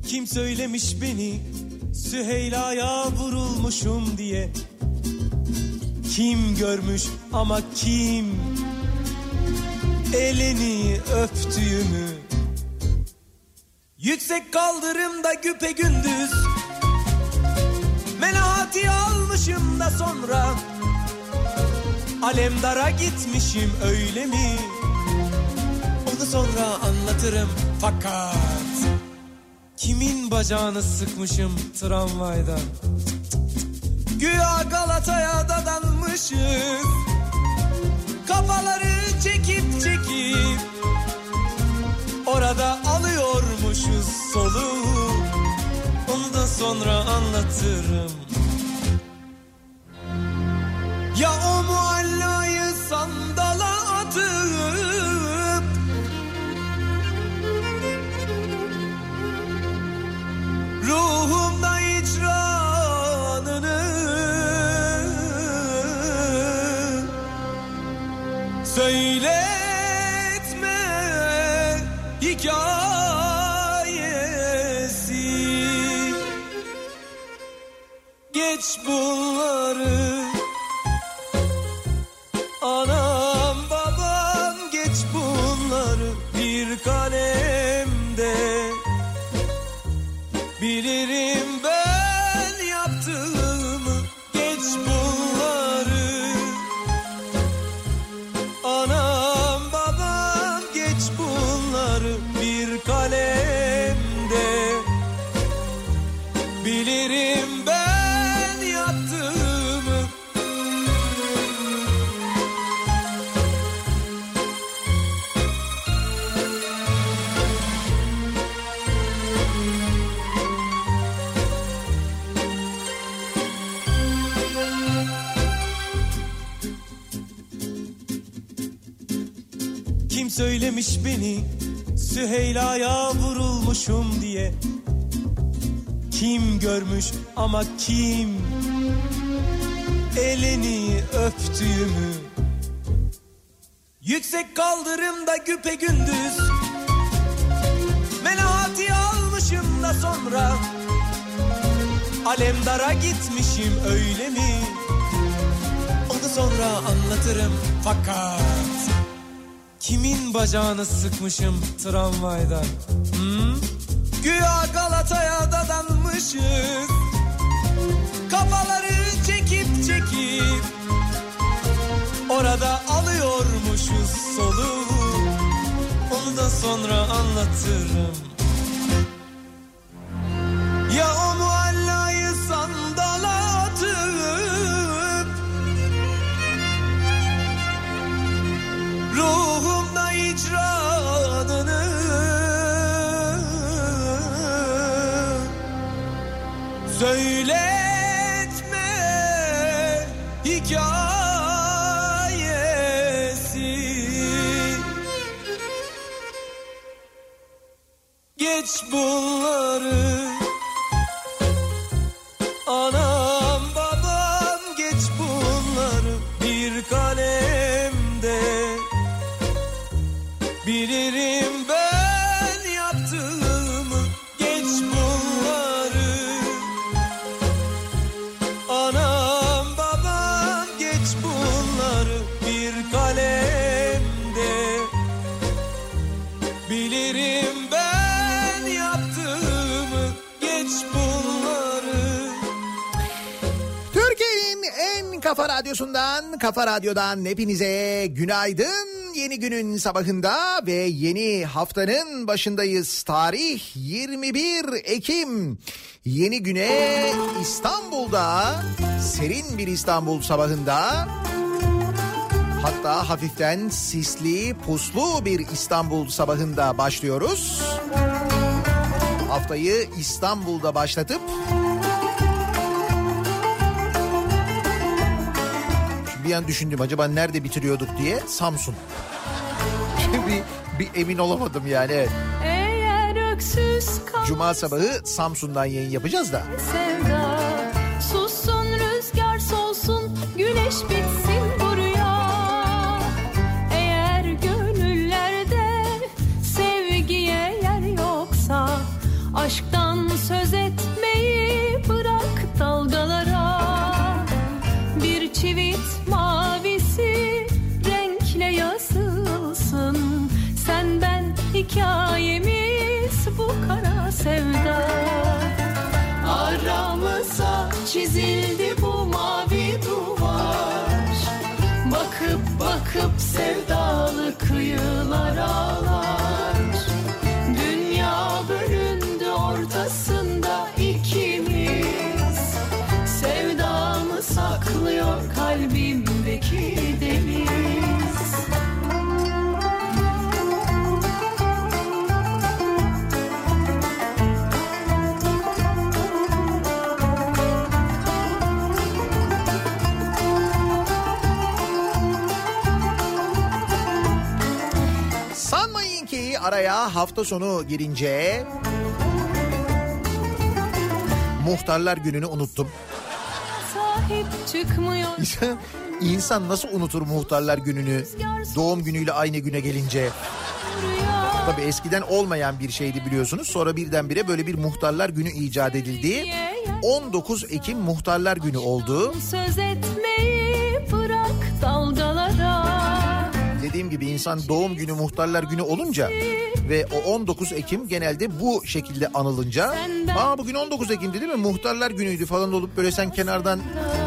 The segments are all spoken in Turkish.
Kim söylemiş beni Süheyla'ya vurulmuşum diye? Kim görmüş ama kim elini öptüğümü? Yüksek kaldırımda güpegündüz Melahati almışım da sonra Alemdara gitmişim, öyle mi? Onu sonra anlatırım fakat kimin bacağını sıkmışım tramvayda? Güya Galata'ya dadanmışız, kafaları çekip çekip orada alıyormuşuz soluğu. Onu da sonra anlatırım. Ya o muallayı sandala atıp ruhumda icranını söyletme hikayesi. Geç bunları anam babam, geç bunları bir kalemde. Bilirim ben yaptığımı, geç bunları anam babam, geç bunları bir kalemde. Bilirim ben yaptığımı. Kim söylemiş beni Süheyla'ya vurulmuşum diye? Kim görmüş ama kim elini öptüğümü? Yüksek kaldırımda güpegündüz Melahati almışım da sonra Alemdara gitmişim, öyle mi? Onu sonra anlatırım fakat kimin bacağını sıkmışım tramvayda? Güya Galata'ya dadanmışız, kafaları çekip çekip orada alıyormuşuz soluğu. Onu da sonra anlatırım. Ya o muallayı sandala atıp ruhumda icranını söyletme hikayesi. Geç bunları anam babam, geç bunları bir kalemde. Bilirim ben yaptığımı, geç bunları anam babam, geç bunları bir kalemde. Bilirim ben yaptığımı, geç bunları. Türkiye'nin en kafa radyosundan, Kafa Radyo'dan hepinize günaydın. Yeni günün sabahında ve yeni haftanın başındayız. Tarih 21 Ekim. Yeni güne İstanbul'da, serin bir İstanbul sabahında, hatta hafiften sisli, puslu bir İstanbul sabahında başlıyoruz. Haftayı İstanbul'da başlatıp bir an düşündüm, acaba nerede bitiriyorduk diye. Samsun. bir emin olamadım yani. Evet. Cuma sabahı Samsun'dan yayın yapacağız da. Sevda, sussun rüzgar solsun, güneş bitsin bu rüya. Eğer gönüllerde sevgiye yer yoksa aşktan kalsın sen ben hikayemiz bu kara sevda. Aramıza çizildi bu mavi duvar, bakıp bakıp sevdalı kıyılar ağlar. Dünya bölündü ortasında ikimiz, sevdamı saklıyor kalbimdeki deniz. Sanmayın ki araya hafta sonu girince Muhtarlar Günü'nü unuttum. Sahip çıkmıyor. İnsan nasıl unutur Muhtarlar Günü'nü doğum günüyle aynı güne gelince? Tabii eskiden olmayan bir şeydi biliyorsunuz. Sonra birdenbire böyle bir Muhtarlar Günü icat edildi. 19 Ekim Muhtarlar Günü oldu. Söz etmeyi bırak dalgalara. Dediğim gibi insan doğum günü Muhtarlar Günü olunca ve o 19 Ekim genelde bu şekilde anılınca, bugün 19 Ekim'di değil mi? Muhtarlar Günü'ydü falan olup böyle sen kenardan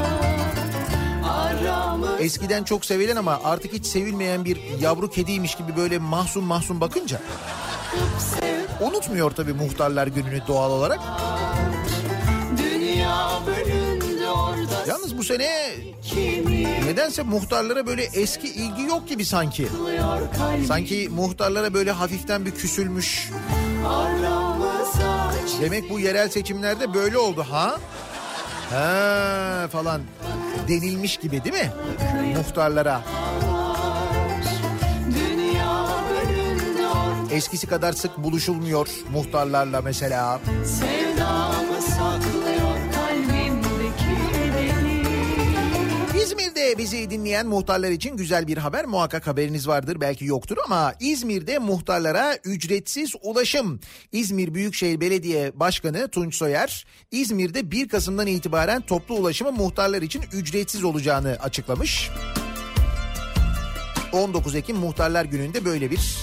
eskiden çok sevilen ama artık hiç sevilmeyen bir yavru kediymiş gibi böyle mahzun mahzun bakınca unutmuyor tabii Muhtarlar Günü'nü doğal olarak. Yalnız bu sene nedense muhtarlara böyle eski ilgi yok gibi sanki. Sanki muhtarlara böyle hafiften bir küsülmüş. Demek bu yerel seçimlerde böyle oldu ha? Ha falan denilmiş gibi değil mi? Muhtarlara. Eskisi kadar sık buluşulmuyor muhtarlarla mesela. Sevdamı saklıyor kalbimdeki deniz. İzmir'de bizi dinleyen muhtarlar için güzel bir haber. Muhakkak haberiniz vardır, belki yoktur ama İzmir'de muhtarlara ücretsiz ulaşım. İzmir Büyükşehir Belediye Başkanı Tunç Soyer, İzmir'de 1 Kasım'dan itibaren toplu ulaşımın muhtarlar için ücretsiz olacağını açıklamış. 19 Ekim Muhtarlar Günü'nde böyle bir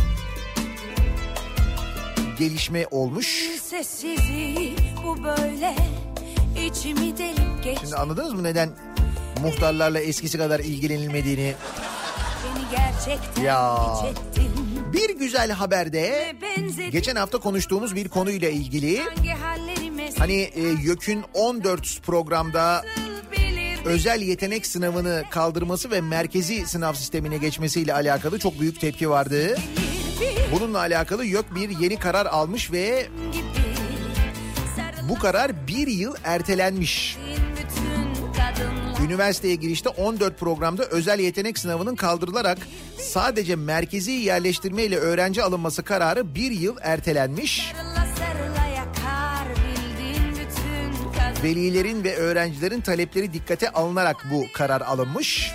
gelişme olmuş. Sessizliği bu böyle içimi delip geç. Şimdi anladınız mı neden muhtarlarla eskisi kadar ilgilenilmediğini? Beni gerçekten Ya. hiç ettin. Bir güzel haberde Ve benzedin. geçen hafta konuştuğumuz bir konuyla ilgili, Hangi hallerime hani YÖK'ün 14 programda bilir özel yetenek sınavını kaldırması ve merkezi sınav sistemine geçmesiyle alakalı çok büyük tepki vardı. Bununla alakalı YÖK bir yeni karar almış ve gibi bu karar 1 yıl ertelenmiş. bütün kadınlar Üniversiteye girişte 14 programda özel yetenek sınavının kaldırılarak sadece merkezi yerleştirme ile öğrenci alınması kararı 1 yıl ertelenmiş. sarıla sarıla yakar bildiğin bütün kadınlar. Velilerin ve öğrencilerin talepleri dikkate alınarak bu karar alınmış.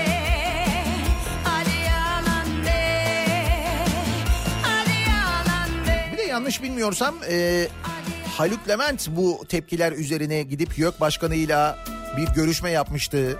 Hadi yalan de, hadi yalan de. Bir de yanlış bilmiyorsam Haluk Levent bu tepkiler üzerine gidip YÖK Başkanı'yla bir görüşme yapmıştı.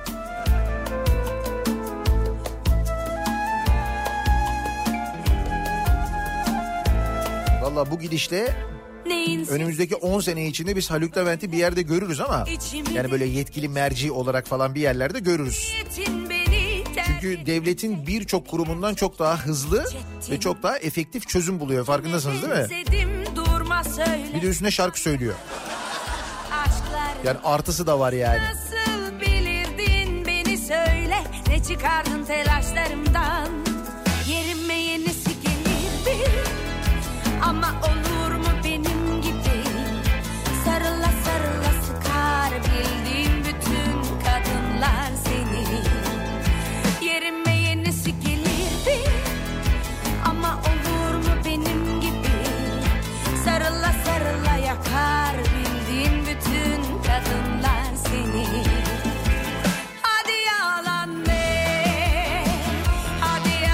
Valla bu gidişle önümüzdeki 10 sene içinde biz Haluk Levent'i bir yerde görürüz ama yani böyle yetkili merci olarak falan bir yerlerde görürüz. Çünkü devletin birçok kurumundan çok daha hızlı ve çok daha efektif çözüm buluyor. Farkındasınız değil mi? Bir de üstüne şarkı söylüyor. Yani artısı da var yani. Nasıl bilirdin beni söyle, ne çıkardın telaşlarımdan? Yerime yenisi gelirdi ama olur mu benim gibi? Sarıla sarıla sıkar bildiğin bütün kadınlar seni. Yerime yenisi gelirdi ama olur mu benim gibi? Sarıla sarıla yakar bildiğin bütün kadınlar seni. Hadi yalan de, hadi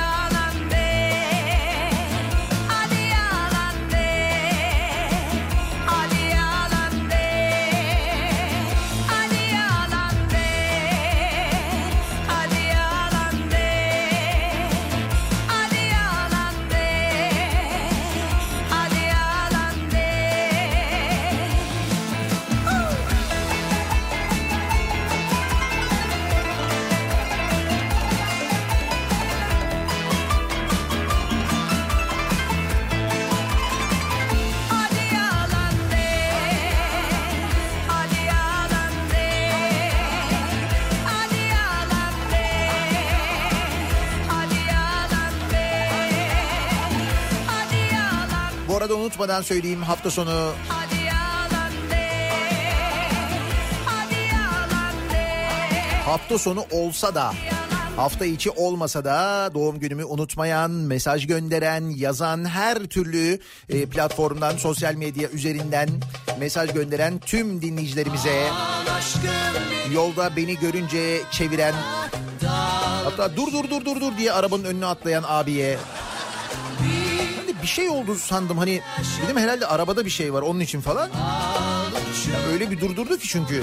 arada unutmadan söyleyeyim, hafta sonu Hadi yalan de, hadi yalan de. hafta sonu olsa da hafta içi olmasa da doğum günümü unutmayan, mesaj gönderen, yazan, her türlü platformdan, sosyal medya üzerinden mesaj gönderen tüm dinleyicilerimize, yolda beni görünce çeviren, hatta dur diye arabanın önüne atlayan abiye, hani bir şey oldu sandım, hani dedim herhalde arabada bir şey var onun için falan. Ya öyle bir durdurdu ki çünkü.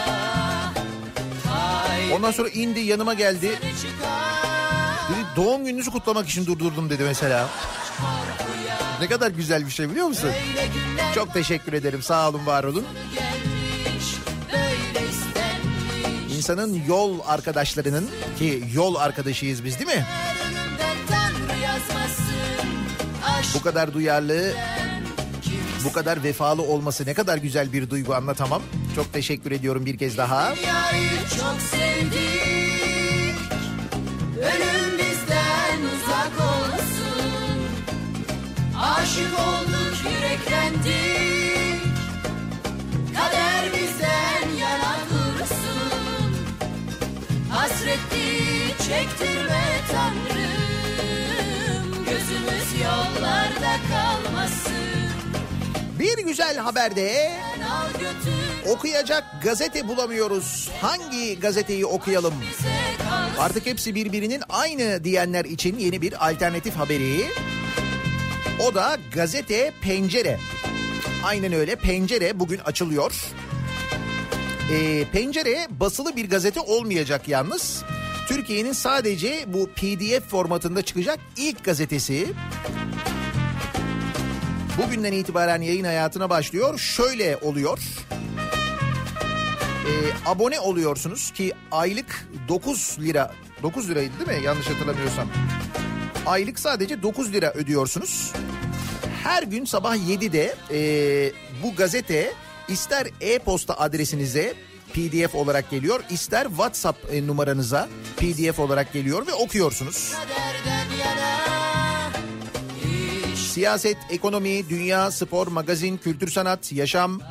Ondan sonra indi, yanıma geldi. Dedi doğum gününüzü kutlamak için durdurdum dedi mesela. Ne kadar güzel bir şey biliyor musun? Çok teşekkür ederim, sağ olun, var olun. İnsanın yol arkadaşlarının, ki yol arkadaşıyız biz değil mi? Bu kadar duyarlı, bu kadar vefalı olması ne kadar güzel bir duygu, anlatamam. Çok teşekkür ediyorum bir kez daha. Dünyayı çok sevdik, ölüm bizden uzak olsun. Aşık olduk, yüreklendik, kader bizden yana dursun. Hasretli çektirme Tanrım, gözümüz yollarda kalmasın. Bir güzel haberde okuyacak gazete bulamıyoruz. Hangi gazeteyi okuyalım? Artık hepsi birbirinin aynı diyenler için yeni bir alternatif haberi. O da gazete Pencere. Aynen öyle, Pencere bugün açılıyor. Pencere basılı bir gazete olmayacak yalnız. Türkiye'nin sadece bu PDF formatında çıkacak ilk gazetesi. Bugünden itibaren yayın hayatına başlıyor. Şöyle oluyor. Abone oluyorsunuz ki aylık 9 lira. 9 liraydı değil mi? Yanlış hatırlamıyorsam. Aylık sadece 9 lira ödüyorsunuz. Her gün sabah 7'de bu gazete ister e-posta adresinize PDF olarak geliyor, ister WhatsApp numaranıza PDF olarak geliyor ve okuyorsunuz. Siyaset, ekonomi, dünya, spor, magazin, kültür, sanat, yaşam.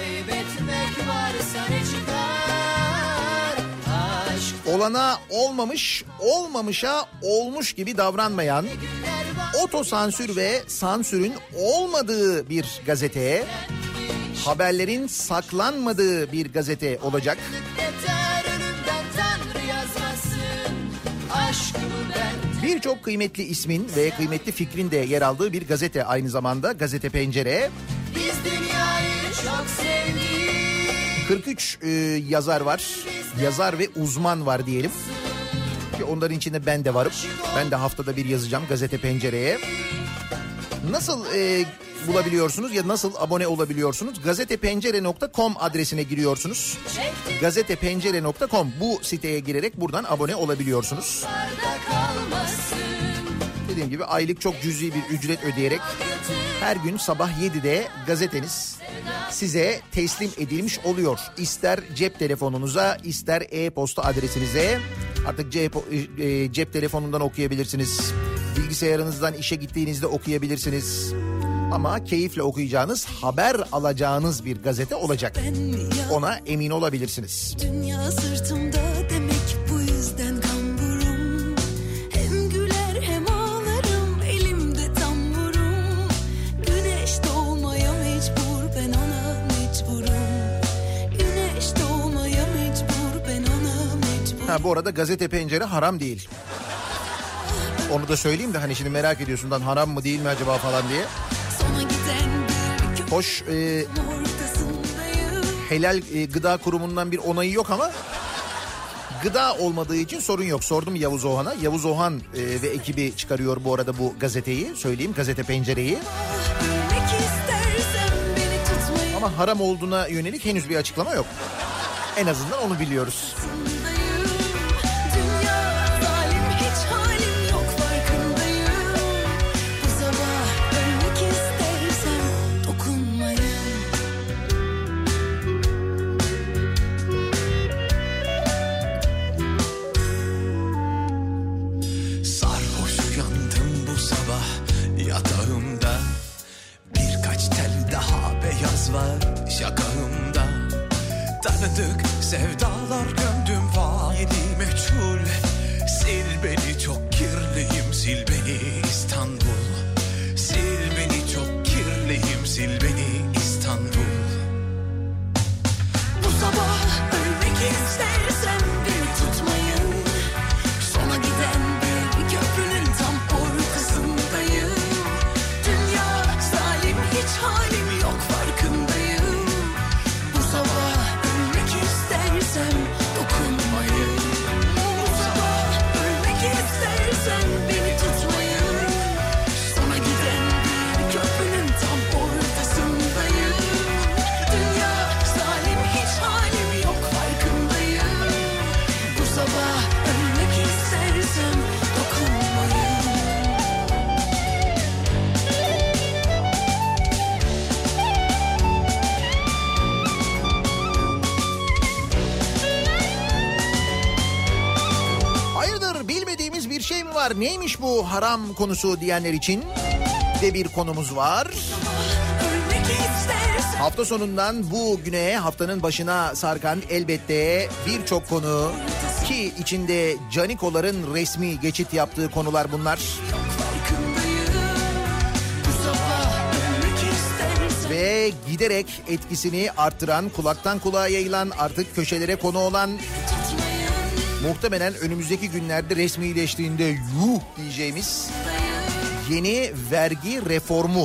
Olana olmamış, olmamışa olmuş gibi davranmayan, otosansür ve sansürün olmadığı bir gazete, haberlerin saklanmadığı bir gazete olacak. Birçok kıymetli ismin ve kıymetli fikrin de yer aldığı bir gazete aynı zamanda, Gazete Pencere. Biz dünyayı çok sevdik. 43 yazar var, yazar ve uzman var diyelim. Ki onların içinde ben de varım. Ben de haftada bir yazacağım Gazete Pencere'ye. Nasıl bulabiliyorsunuz ya nasıl abone olabiliyorsunuz? Gazetepencere.com adresine giriyorsunuz. Gazetepencere.com, bu siteye girerek buradan abone olabiliyorsunuz. Dediğim gibi aylık çok cüzi bir ücret ödeyerek her gün sabah 7'de gazeteniz size teslim edilmiş oluyor. İster cep telefonunuza, ister e-posta adresinize. Artık cep telefonundan okuyabilirsiniz. Bilgisayarınızdan işe gittiğinizde okuyabilirsiniz. Ama keyifle okuyacağınız, haber alacağınız bir gazete olacak. Ona emin olabilirsiniz. Dünya sırtımda demek bu yüzden kamburum. Hem güler hem ağlarım, elimde tamburum. Güneş doğmaya mecbur, ben ona mecburum. Güneş doğmaya mecbur, ben ona mecburum. Bu arada Gazete Pencere haram değil. Onu da söyleyeyim de hani şimdi merak ediyorsun lan, haram mı değil mi acaba falan diye. Hoş helal gıda kurumundan bir onayı yok ama gıda olmadığı için sorun yok. Sordum Yavuz Ohan'a. Yavuz Ohan ve ekibi çıkarıyor bu arada bu gazeteyi. Söyleyeyim, Gazete Pencere'yi. Ama haram olduğuna yönelik henüz bir açıklama yok. En azından onu biliyoruz. Yatağımda bir yaz var yakağımda. Tanıdık sevdalar gömdüm faili meçhul. Sil beni çok kirliyim, sil beni İstanbul. Sil beni çok kirliyim, sil beni İstanbul. Bu sabah ölmek istersem beni tutmayın. Sona giden bir köprünün tam ortasındayım. Dünya zalim, hiç halim yok, farkındayım. Bu sabah ölmek istersem dokunmayın. Bu sabah ölmek istersem beni tutmayın. Sona giden bir köprünün tam ortasındayım. Dünya zalim, hiç halim yok, farkındayım. Bu sabah ölmek istersem dokunmayın. Hayırdır, bilmediğimiz bir şey mi var? Neymiş bu haram konusu diyenler için de bir konumuz var. Ölmek istersem Hafta sonundan bu güne, haftanın başına sarkan elbette birçok konu ki içinde Canikoların resmi geçit yaptığı konular bunlar. farkındayım. Bu sabah ölmek istersem Ve giderek etkisini arttıran, kulaktan kulağa yayılan, artık köşelere konu olan, tutmayın. muhtemelen önümüzdeki günlerde resmileştiğinde yuh diyeceğimiz yeni vergi reformu.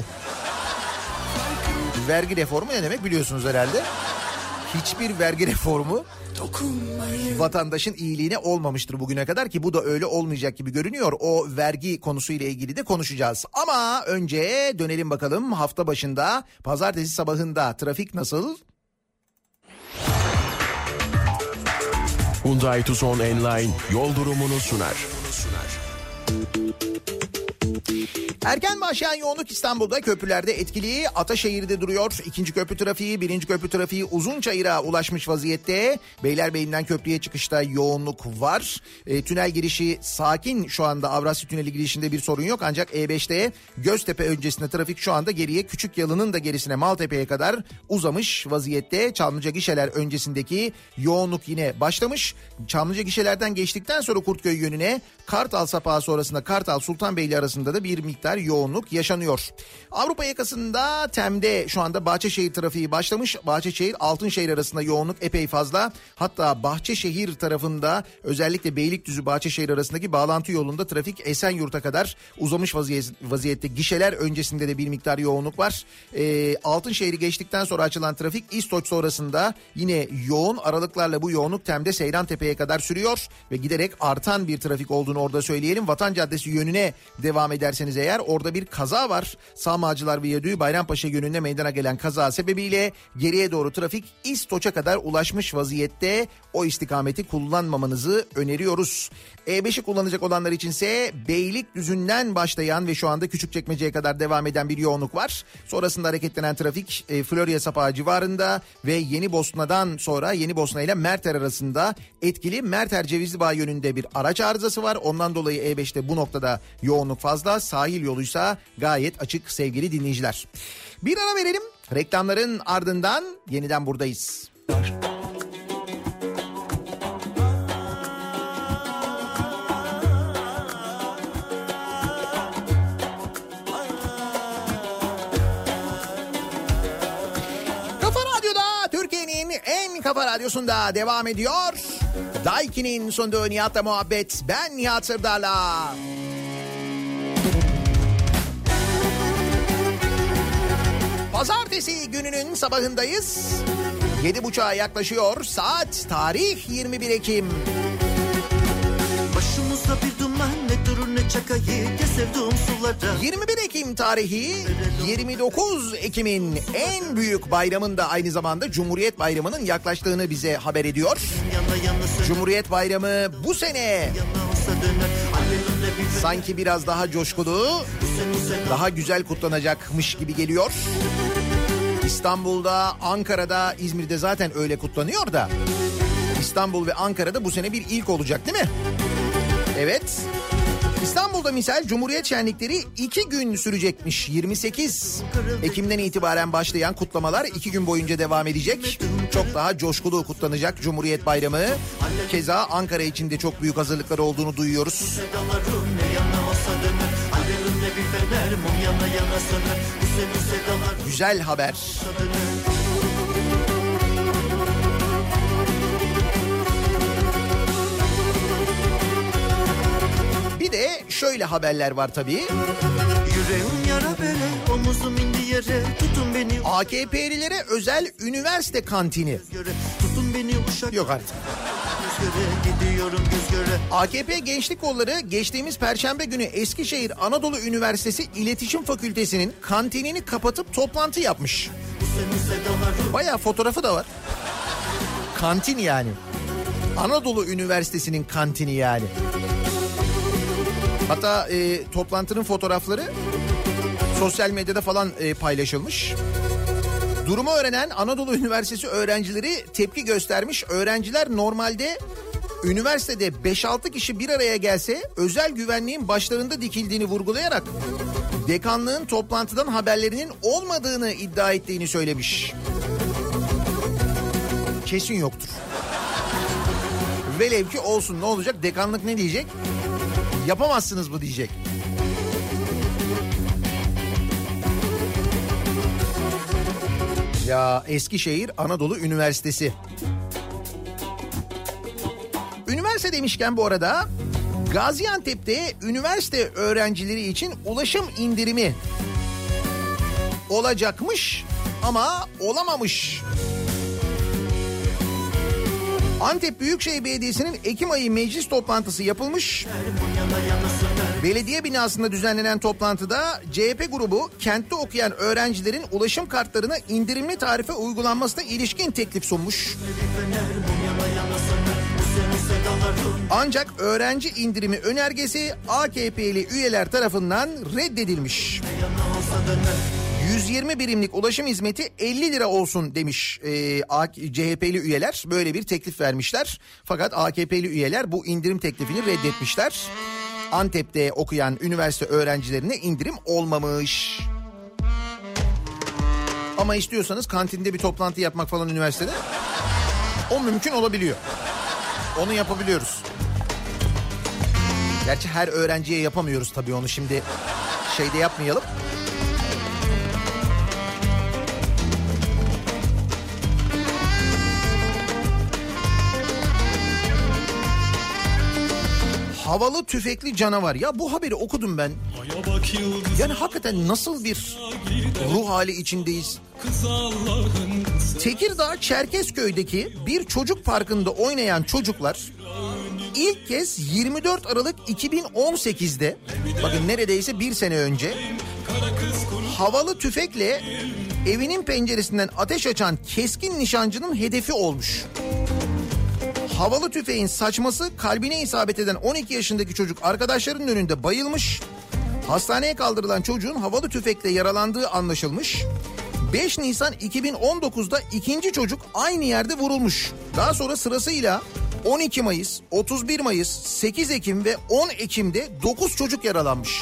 Vergi reformu ne demek biliyorsunuz herhalde. Hiçbir vergi reformu Dokunmayın. vatandaşın iyiliğine olmamıştır bugüne kadar ki bu da öyle olmayacak gibi görünüyor. O vergi konusuyla ilgili de konuşacağız. Ama önce dönelim bakalım hafta başında, pazartesi sabahında trafik nasıl? Hyundai Tucson Enline yol durumunu sunar. Erken başlayan yoğunluk İstanbul'da köprülerde etkili. Ataşehir'de duruyor. İkinci köprü trafiği, birinci köprü trafiği Uzunçayır'a ulaşmış vaziyette. Beylerbeyi'nden köprüye çıkışta yoğunluk var. Tünel girişi sakin şu anda. Avrasya Tüneli girişinde bir sorun yok. Ancak E5'te Göztepe öncesinde trafik şu anda geriye, Küçükyalı'nın da gerisine Maltepe'ye kadar uzamış vaziyette. Çamlıca gişeler öncesindeki yoğunluk yine başlamış. Çamlıca gişelerden geçtikten sonra Kurtköy yönüne, Kartal Sapağı sonrasında Kartal Sultanbeyli arasında da bir miktar yoğunluk yaşanıyor. Avrupa yakasında TEM'de şu anda Bahçeşehir trafiği başlamış. Bahçeşehir Altınşehir arasında yoğunluk epey fazla. Hatta Bahçeşehir tarafında özellikle Beylikdüzü Bahçeşehir arasındaki bağlantı yolunda trafik Esenyurt'a kadar uzamış vaziyette. Gişeler öncesinde de bir miktar yoğunluk var. Altınşehir'i geçtikten sonra açılan trafik İstoç sonrasında yine yoğun aralıklarla bu yoğunluk TEM'de Seyrantepe'ye kadar sürüyor ve giderek artan bir trafik olduğunu orada söyleyelim. Vatan Caddesi yönüne devam ederseniz eğer, orada bir kaza var. Sağmacılar Viyadüğü Bayrampaşa yönünde meydana gelen kaza sebebiyle geriye doğru trafik İstoç'a kadar ulaşmış vaziyette. O istikameti kullanmamanızı öneriyoruz. E5'i kullanacak olanlar içinse Beylikdüzü'nden başlayan ve şu anda Küçükçekmece'ye kadar devam eden bir yoğunluk var. Sonrasında hareketlenen trafik Florya Sapağı civarında ve Yenibosna'dan sonra Yenibosna ile Merter arasında etkili. Merter Cevizlibağ yönünde bir araç arızası var. Ondan dolayı E5'te bu noktada yoğunluk fazla. Sahil yoluysa gayet açık sevgili dinleyiciler. Bir ara verelim. Reklamların ardından yeniden buradayız. Kafa Radyo'da, Türkiye'nin en kafa radyosunda devam ediyor. Daiki'nin sunduğu Nihat'la muhabbet. Ben Nihat Sırdar'la. Pazartesi gününün sabahındayız. 7.30'a yaklaşıyor. Saat, tarih 21 Ekim. Başımızda bir duman, ne durur ne çakayı, ya sevduğum sulara. 21 Ekim tarihi, 29 Ekim'in en büyük bayramında aynı zamanda Cumhuriyet Bayramı'nın yaklaştığını bize haber ediyor. Yana yana söner, Cumhuriyet Bayramı bu sene yana olsa döner. Alelinde bir sanki biraz daha coşkulu, daha güzel kutlanacakmış gibi geliyor. İstanbul'da, Ankara'da, İzmir'de zaten öyle kutlanıyor da İstanbul ve Ankara'da bu sene bir ilk olacak değil mi? Evet. İstanbul'da misal Cumhuriyet şenlikleri 2 gün sürecekmiş. 28 Ekim'den itibaren başlayan kutlamalar 2 gün boyunca devam edecek. Çok daha coşkulu kutlanacak Cumhuriyet Bayramı. Keza Ankara için de çok büyük hazırlıklar olduğunu duyuyoruz. Güzel haber. Bir de şöyle haberler var tabii. Yüreğim yara bere, omuzum indi yere, tutun beni. AKP'lilere özel üniversite kantini. Tutun beni uşak. Yok artık. Gidiyorum göz göre. AKP Gençlik Kolları geçtiğimiz Perşembe günü Eskişehir Anadolu Üniversitesi İletişim Fakültesi'nin kantinini kapatıp toplantı yapmış. Bayağı fotoğrafı da var. Kantin yani. Anadolu Üniversitesi'nin kantini yani. Hatta toplantının fotoğrafları sosyal medyada falan paylaşılmış. Durumu öğrenen Anadolu Üniversitesi öğrencileri tepki göstermiş. Öğrenciler normalde üniversitede 5-6 kişi bir araya gelse özel güvenliğin başlarında dikildiğini vurgulayarak dekanlığın toplantıdan haberlerinin olmadığını iddia ettiğini söylemiş. Kesin yoktur. Velev ki olsun, ne olacak? Dekanlık ne diyecek? Yapamazsınız mı diyecek. Ya Eskişehir Anadolu Üniversitesi. Üniversite demişken bu arada Gaziantep'te üniversite öğrencileri için ulaşım indirimi olacakmış ama olamamış. Antep Büyükşehir Belediyesi'nin Ekim ayı meclis toplantısı yapılmış. Belediye binasında düzenlenen toplantıda CHP grubu kentte okuyan öğrencilerin ulaşım kartlarına indirimli tarife uygulanmasına ilişkin teklif sunmuş. Ancak öğrenci indirimi önergesi AKP'li üyeler tarafından reddedilmiş. 120 birimlik ulaşım hizmeti 50 lira olsun demiş CHP'li üyeler. Böyle bir teklif vermişler. Fakat AKP'li üyeler bu indirim teklifini reddetmişler. Antep'te okuyan üniversite öğrencilerine indirim olmamış. Ama istiyorsanız kantinde bir toplantı yapmak falan üniversitede o mümkün olabiliyor. Onu yapabiliyoruz. Gerçi her öğrenciye yapamıyoruz tabii, onu şimdi şeyde yapmayalım. Havalı tüfekli canavar. Ya bu haberi okudum ben. Yani hakikaten nasıl bir ruh hali içindeyiz. Tekirdağ Çerkezköy'deki bir çocuk parkında oynayan çocuklar ilk kez 24 Aralık 2018'de, bakın neredeyse bir sene önce, havalı tüfekle evinin penceresinden ateş açan keskin nişancının hedefi olmuş. Havalı tüfeğin saçması kalbine isabet eden 12 yaşındaki çocuk arkadaşlarının önünde bayılmış. Hastaneye kaldırılan çocuğun havalı tüfekle yaralandığı anlaşılmış. 5 Nisan 2019'da ikinci çocuk aynı yerde vurulmuş. Daha sonra sırasıyla 12 Mayıs, 31 Mayıs, 8 Ekim ve 10 Ekim'de 9 çocuk yaralanmış.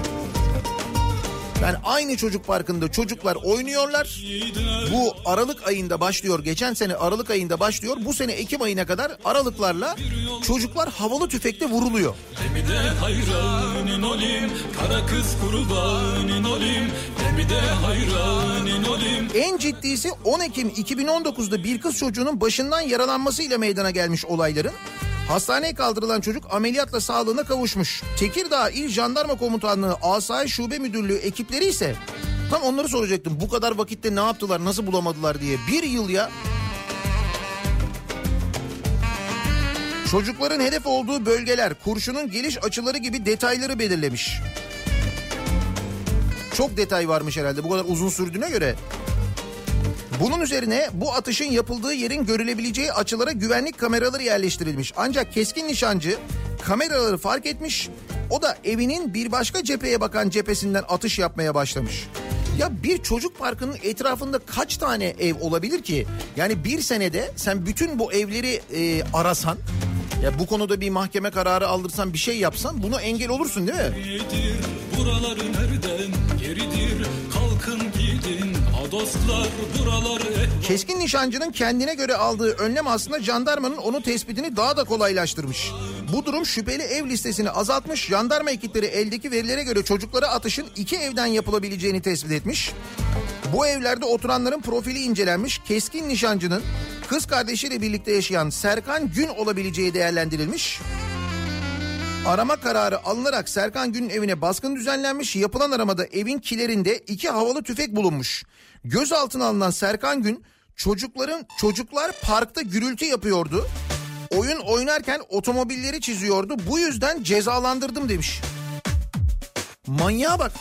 Yani aynı çocuk parkında çocuklar oynuyorlar. Bu Aralık ayında başlıyor. Geçen sene Aralık ayında başlıyor. Bu sene Ekim ayına kadar aralıklarla çocuklar havalı tüfekle vuruluyor. En ciddisi 10 Ekim 2019'da bir kız çocuğunun başından yaralanmasıyla meydana gelmiş olayların. Hastaneye kaldırılan çocuk ameliyatla sağlığına kavuşmuş. Tekirdağ İl Jandarma Komutanlığı Asayiş Şube Müdürlüğü ekipleri ise tam onları soracaktım. Bu kadar vakitte ne yaptılar, nasıl bulamadılar diye. Bir yıl ya. Çocukların hedef olduğu bölgeler, kurşunun geliş açıları gibi detayları belirlemiş. Çok detay varmış herhalde bu kadar uzun sürdüğüne göre. Bunun üzerine bu atışın yapıldığı yerin görülebileceği açılara güvenlik kameraları yerleştirilmiş. Ancak keskin nişancı kameraları fark etmiş. O da evinin bir başka cepheye bakan cephesinden atış yapmaya başlamış. Ya bir çocuk parkının etrafında kaç tane ev olabilir ki? Yani bir senede sen bütün bu evleri arasan, Ya bu konuda bir mahkeme kararı aldırsan, bir şey yapsan bunu engel olursun değil mi? Buraları nereden geridir, kalkın gidin ha dostlar buraları. Keskin nişancının kendine göre aldığı önlem aslında jandarmanın onun tespitini daha da kolaylaştırmış. Bu durum şüpheli ev listesini azaltmış. Jandarma ekipleri eldeki verilere göre çocuklara atışın 2 evden yapılabileceğini tespit etmiş. Bu evlerde oturanların profili incelenmiş. Keskin nişancının kız kardeşiyle birlikte yaşayan Serkan Gün olabileceği değerlendirilmiş. Arama kararı alınarak Serkan Gün'ün evine baskın düzenlenmiş. Yapılan aramada evin kilerinde 2 havalı tüfek bulunmuş. Gözaltına alınan Serkan Gün, çocuklar parkta gürültü yapıyordu. Oyun oynarken otomobilleri çiziyordu. Bu yüzden cezalandırdım demiş. Manyağa bak.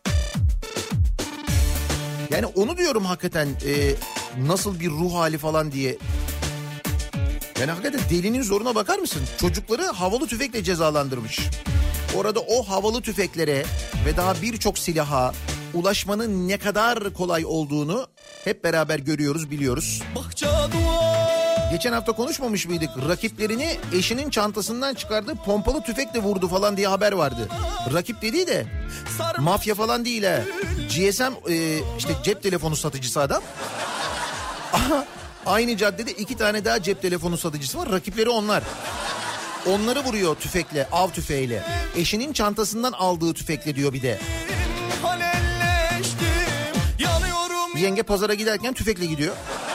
Yani onu diyorum hakikaten, nasıl bir ruh hali falan diye. Yani hakikaten delinin zoruna bakar mısın? Çocukları havalı tüfekle cezalandırmış. Orada o havalı tüfeklere ve daha birçok silaha ulaşmanın ne kadar kolay olduğunu hep beraber görüyoruz, biliyoruz. Geçen hafta konuşmamış mıydık? Rakiplerini eşinin çantasından çıkardığı pompalı tüfekle vurdu falan diye haber vardı. Rakip dediği de mafya falan değil ha. GSM işte cep telefonu satıcısı adam. Aha, aynı caddede 2 tane daha cep telefonu satıcısı var. Rakipleri onlar. Onları vuruyor tüfekle, av tüfeğiyle. Eşinin çantasından aldığı tüfekle diyor bir de. Yenge pazara giderken tüfekle gidiyor.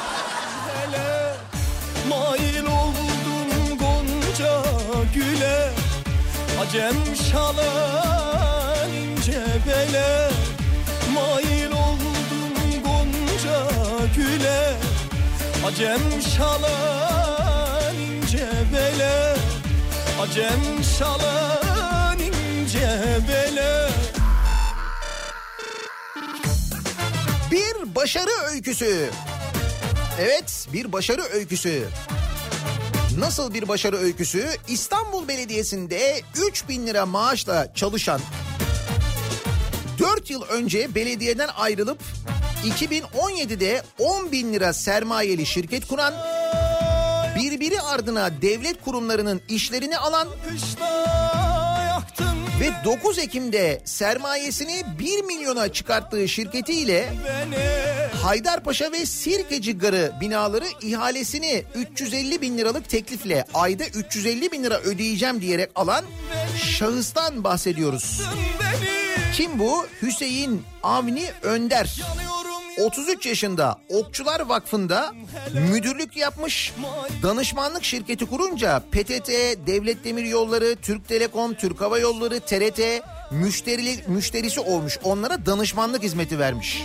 Mail oldum gonca güle, acem şalan ince bele. Mail oldum gonca güle, acem şalan ince bele. Acem şalan ince bele. Bir başarı öyküsü. Evet, bir başarı öyküsü. Nasıl bir başarı öyküsü? İstanbul Belediyesi'nde 3.000 lira maaşla çalışan, 4 yıl önce belediyeden ayrılıp 2017'de 10.000 lira sermayeli şirket kuran, birbiri ardına devlet kurumlarının işlerini alan ve 9 Ekim'de sermayesini 1 milyona çıkarttığı şirketiyle Haydarpaşa ve Sirkeci Garı binaları ihalesini 350 bin liralık teklifle ayda 350 bin lira ödeyeceğim diyerek alan şahıstan bahsediyoruz. Kim bu? Hüseyin Avni Önder. 33 yaşında, Okçular Vakfı'nda müdürlük yapmış. Danışmanlık şirketi kurunca PTT, Devlet Demiryolları, Türk Telekom, Türk Hava Yolları, TRT müşterisi olmuş. Onlara danışmanlık hizmeti vermiş.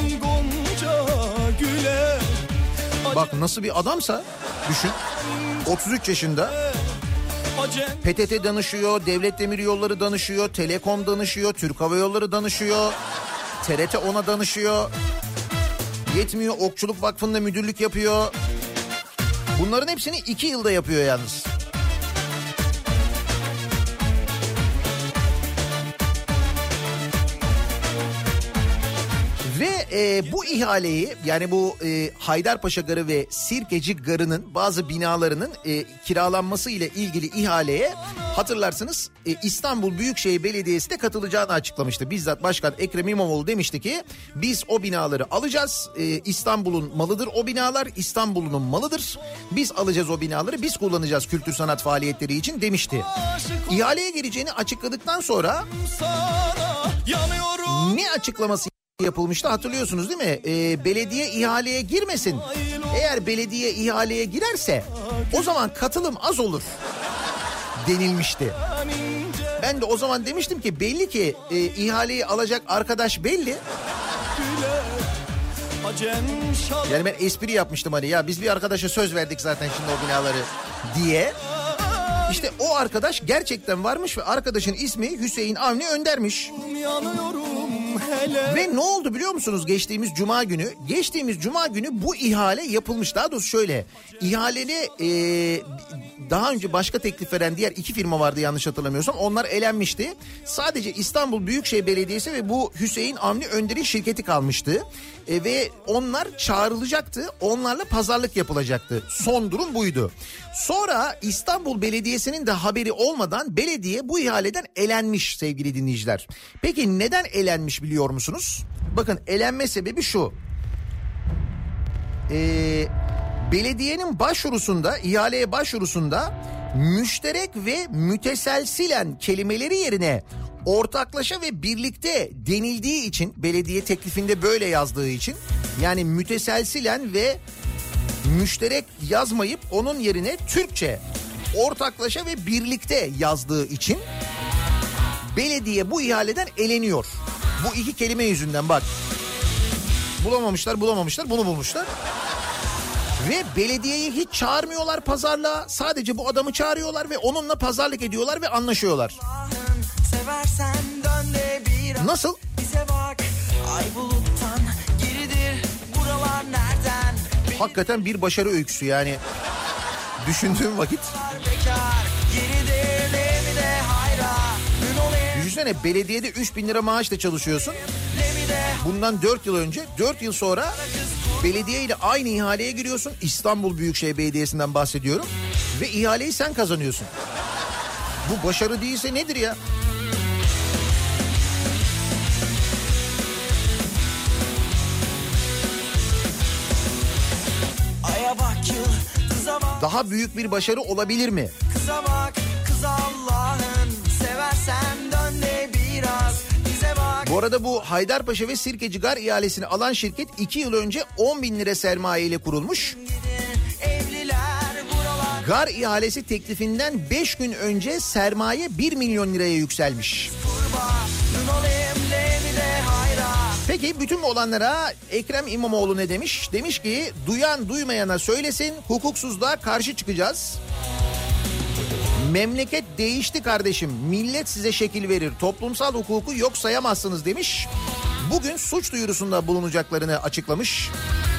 Bak nasıl bir adamsa düşün. 33 yaşında. PTT danışıyor, Devlet Demiryolları danışıyor, Telekom danışıyor, Türk Hava Yolları danışıyor, TRT ona danışıyor. Yetmiyor, Okçuluk Vakfı'nda müdürlük yapıyor. Bunların hepsini 2 yılda yapıyor yalnız. Ve bu ihaleyi, yani bu Haydarpaşa Garı ve Sirkeci Garı'nın bazı binalarının kiralanması ile ilgili ihaleye hatırlarsınız İstanbul Büyükşehir Belediyesi de katılacağını açıklamıştı. Bizzat Başkan Ekrem İmamoğlu demişti ki biz o binaları alacağız. İstanbul'un malıdır o binalar, İstanbul'un malıdır. Biz alacağız o binaları, biz kullanacağız kültür sanat faaliyetleri için demişti. İhaleye gireceğini açıkladıktan sonra ne açıklaması yapılmıştı hatırlıyorsunuz değil mi? Belediye ihaleye girmesin. Eğer belediye ihaleye girerse o zaman katılım az olur denilmişti. Ben de o zaman demiştim ki belli ki ihaleyi alacak arkadaş belli. Yani ben espri yapmıştım hani, ya biz bir arkadaşa söz verdik zaten şimdi o binaları diye. İşte o arkadaş gerçekten varmış ve arkadaşın ismi Hüseyin Avni Önder'miş. hele. Ve ne oldu biliyor musunuz geçtiğimiz cuma günü? Geçtiğimiz cuma günü bu ihale yapılmış. Daha doğrusu şöyle, ihaleni daha önce başka teklif veren diğer 2 firma vardı yanlış hatırlamıyorsam. Onlar elenmişti. Sadece İstanbul Büyükşehir Belediyesi ve bu Hüseyin Avni Önder'in şirketi kalmıştı. Ve onlar çağrılacaktı. Onlarla pazarlık yapılacaktı. Son durum buydu. Sonra İstanbul Belediyesi'nin de haberi olmadan belediye bu ihaleden elenmiş sevgili dinleyiciler. Peki neden elenmiş biliyor musunuz? Bakın, elenme sebebi şu. Belediyenin başvurusunda, ihaleye başvurusunda müşterek ve müteselsilen kelimeleri yerine ortaklaşa ve birlikte denildiği için, belediye teklifinde böyle yazdığı için, yani müteselsilen ve müşterek yazmayıp onun yerine Türkçe ortaklaşa ve birlikte yazdığı için belediye bu ihaleden eleniyor. Bu 2 kelime yüzünden bak. Bulamamışlar bunu bulmuşlar. Ve belediyeyi hiç çağırmıyorlar pazarlığa. Sadece bu adamı çağırıyorlar ve onunla pazarlık ediyorlar ve anlaşıyorlar. Nasıl? Hakikaten bir başarı öyküsü yani. Düşündüğüm vakit. Düşünsene, belediyede 3.000 lira maaşla çalışıyorsun. Bundan 4 yıl önce, 4 yıl sonra belediye ile aynı ihaleye giriyorsun. İstanbul Büyükşehir Belediyesi'nden bahsediyorum. Ve ihaleyi sen kazanıyorsun. Bu başarı değilse nedir ya? Daha büyük bir başarı olabilir mi? Kıza bak, kız Allah'ın, seversen dön de biraz bize bak. Bu arada bu Haydarpaşa ve Sirkeci Gar ihalesini alan şirket 2 yıl önce 10.000 lira sermaye ile kurulmuş. Gar ihalesi teklifinden 5 gün önce sermaye 1 milyon liraya yükselmiş. Peki bütün olanlara Ekrem İmamoğlu ne demiş? Demiş ki duyan duymayana söylesin, hukuksuzluğa karşı çıkacağız. Memleket değişti kardeşim, millet size şekil verir, toplumsal hukuku yok sayamazsınız demiş. Bugün suç duyurusunda bulunacaklarını açıklamış.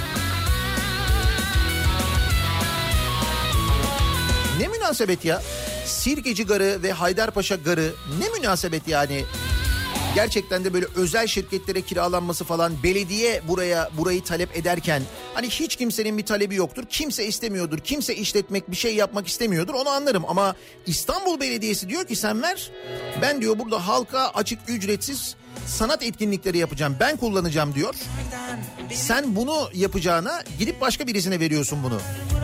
Ne münasebet ya, Sirkeci Garı ve Haydarpaşa Garı, ne münasebet yani. Gerçekten de böyle özel şirketlere kiralanması falan, belediye burayı talep ederken hani hiç kimsenin bir talebi yoktur. Kimse istemiyordur. Kimse işletmek, bir şey yapmak istemiyordur. Onu anlarım ama İstanbul Belediyesi diyor ki sen ver. Ben diyor burada halka açık ücretsiz sanat etkinlikleri yapacağım. Ben kullanacağım diyor. Sen bunu yapacağına gidip başka birisine veriyorsun bunu.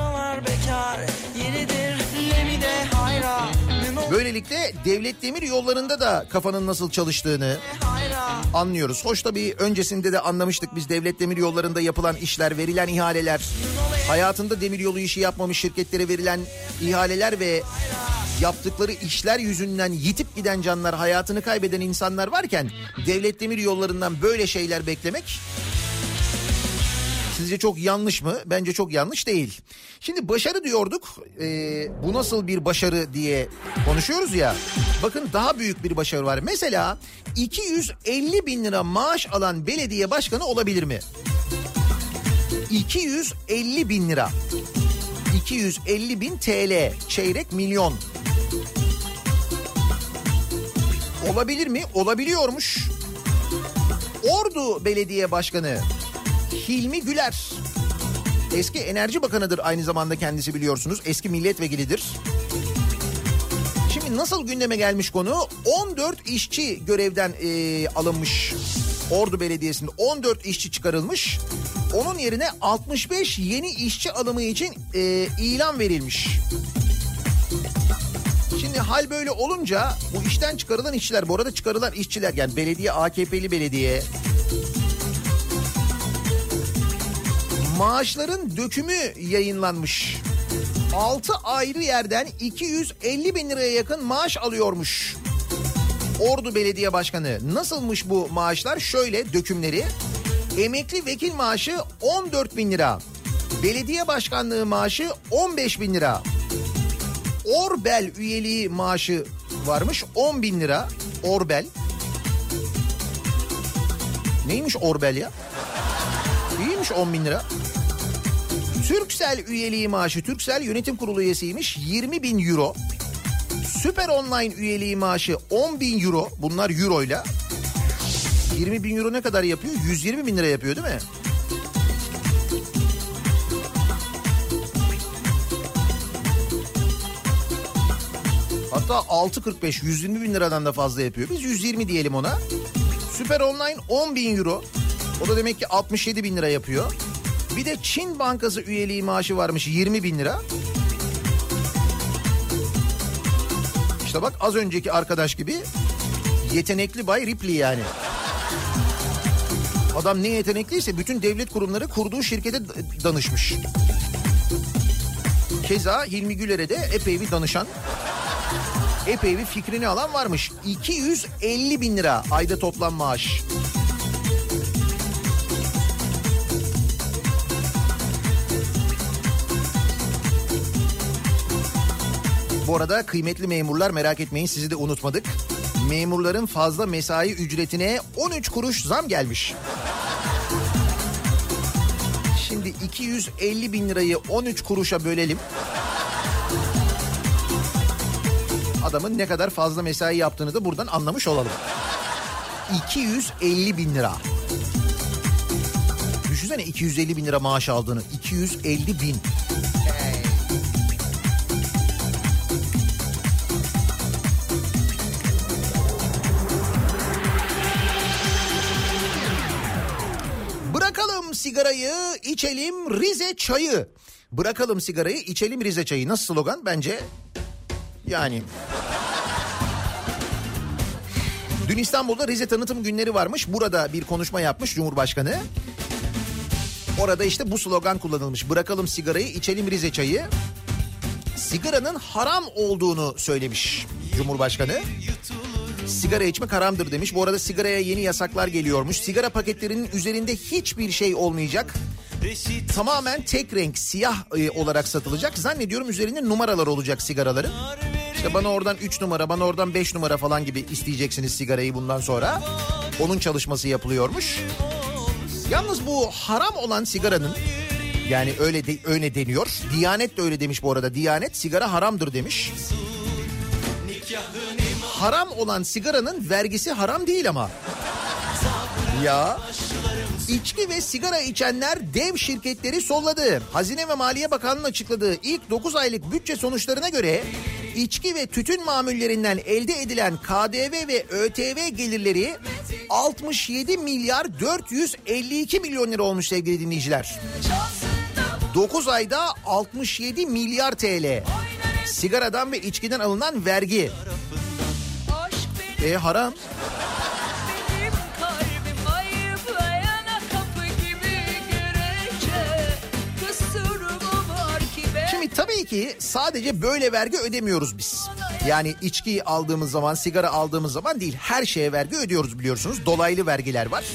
Böylelikle devlet demir yollarında da kafanın nasıl çalıştığını anlıyoruz. Hoş tabii öncesinde de anlamıştık biz devlet demir yollarında yapılan işler, verilen ihaleler, hayatında demir yolu işi yapmamış şirketlere verilen ihaleler ve yaptıkları işler yüzünden yitip giden canlar, hayatını kaybeden insanlar varken devlet demir yollarından böyle şeyler beklemek sizce çok yanlış mı? Bence çok yanlış değil. Şimdi başarı diyorduk. Bu nasıl bir başarı diye konuşuyoruz ya. Bakın daha büyük bir başarı var. Mesela 250 bin lira maaş alan belediye başkanı olabilir mi? 250 bin lira. 250 bin TL. Çeyrek milyon. Olabilir mi? Olabiliyormuş. Ordu Belediye Başkanı Hilmi Güler. Eski Enerji Bakanı'dır aynı zamanda kendisi, biliyorsunuz. Eski milletvekilidir. Şimdi nasıl gündeme gelmiş konu? 14 işçi görevden alınmış. Ordu Belediyesi'nde 14 işçi çıkarılmış. Onun yerine 65 yeni işçi alımı için ilan verilmiş. Şimdi hal böyle olunca bu işten çıkarılan işçiler, bu arada çıkarılan işçiler yani belediye, AKP'li belediye, maaşların dökümü yayınlanmış. 6 ayrı yerden 250 bin liraya yakın maaş alıyormuş Ordu Belediye Başkanı. Nasılmış bu maaşlar? Şöyle dökümleri: emekli vekil maaşı 14 bin lira, belediye başkanlığı maaşı 15 bin lira, Orbel üyeliği maaşı varmış 10 bin lira, Orbel. Neymiş Orbel ya? İyiymiş 10 bin lira. Turkcell üyeliği maaşı, Turkcell yönetim kurulu üyesiymiş, 20 bin euro. Süper Online üyeliği maaşı 10 bin euro. Bunlar euroyla. 20 bin euro ne kadar yapıyor? 120 bin lira yapıyor değil mi? Hatta 6.45, 120 bin liradan da fazla yapıyor. Biz 120 diyelim ona. Süper Online 10 bin euro. O da demek ki 67 bin lira yapıyor. Bir de Çin Bankası üyeliği maaşı varmış, 20 bin lira. İşte bak, az önceki arkadaş gibi yetenekli Bay Ripley yani. Adam ne yetenekliyse bütün devlet kurumları kurduğu şirkete danışmış. Keza Hilmi Güler'e de epey bir danışan, epey bir fikrini alan varmış. 250 bin lira ayda toplam maaş. Bu arada kıymetli memurlar, merak etmeyin, sizi de unutmadık. Memurların fazla mesai ücretine 13 kuruş zam gelmiş. Şimdi 250 bin lirayı 13 kuruşa bölelim. Adamın ne kadar fazla mesai yaptığını da buradan anlamış olalım. 250 bin lira. Düşünsene 250 bin lira maaş aldığını. 250 bin. Bırakalım sigarayı, içelim Rize çayı. Bırakalım sigarayı, içelim Rize çayı. Nasıl slogan? Bence yani. Dün İstanbul'da Rize tanıtım günleri varmış. Burada bir konuşma yapmış Cumhurbaşkanı. Orada işte bu slogan kullanılmış. Bırakalım sigarayı, içelim Rize çayı. Sigaranın haram olduğunu söylemiş Cumhurbaşkanı. Sigara içmek haramdır demiş. Bu arada sigaraya yeni yasaklar geliyormuş. Sigara paketlerinin üzerinde hiçbir şey olmayacak. Tamamen tek renk siyah olarak satılacak. Zannediyorum üzerinde numaralar olacak sigaraların. İşte bana oradan 3 numara, bana oradan 5 numara falan gibi isteyeceksiniz sigarayı bundan sonra. Onun çalışması yapılıyormuş. Yalnız bu haram olan sigaranın, yani öyle deniyor. Diyanet de öyle demiş bu arada. Diyanet sigara haramdır demiş. Haram olan sigaranın vergisi haram değil ama. Ya. İçki ve sigara içenler dev şirketleri solladı. Hazine ve Maliye Bakanlığı'nın açıkladığı ilk 9 aylık bütçe sonuçlarına göre içki ve tütün mamullerinden elde edilen KDV ve ÖTV gelirleri 67 milyar 452 milyon lira olmuş sevgili dinleyiciler. 9 ayda 67 milyar TL. Sigaradan ve içkiden alınan vergi. Haram. Şimdi tabii ki sadece böyle vergi ödemiyoruz biz. Yani içkiyi aldığımız zaman, sigara aldığımız zaman değil, her şeye vergi ödüyoruz biliyorsunuz. Dolaylı vergiler var.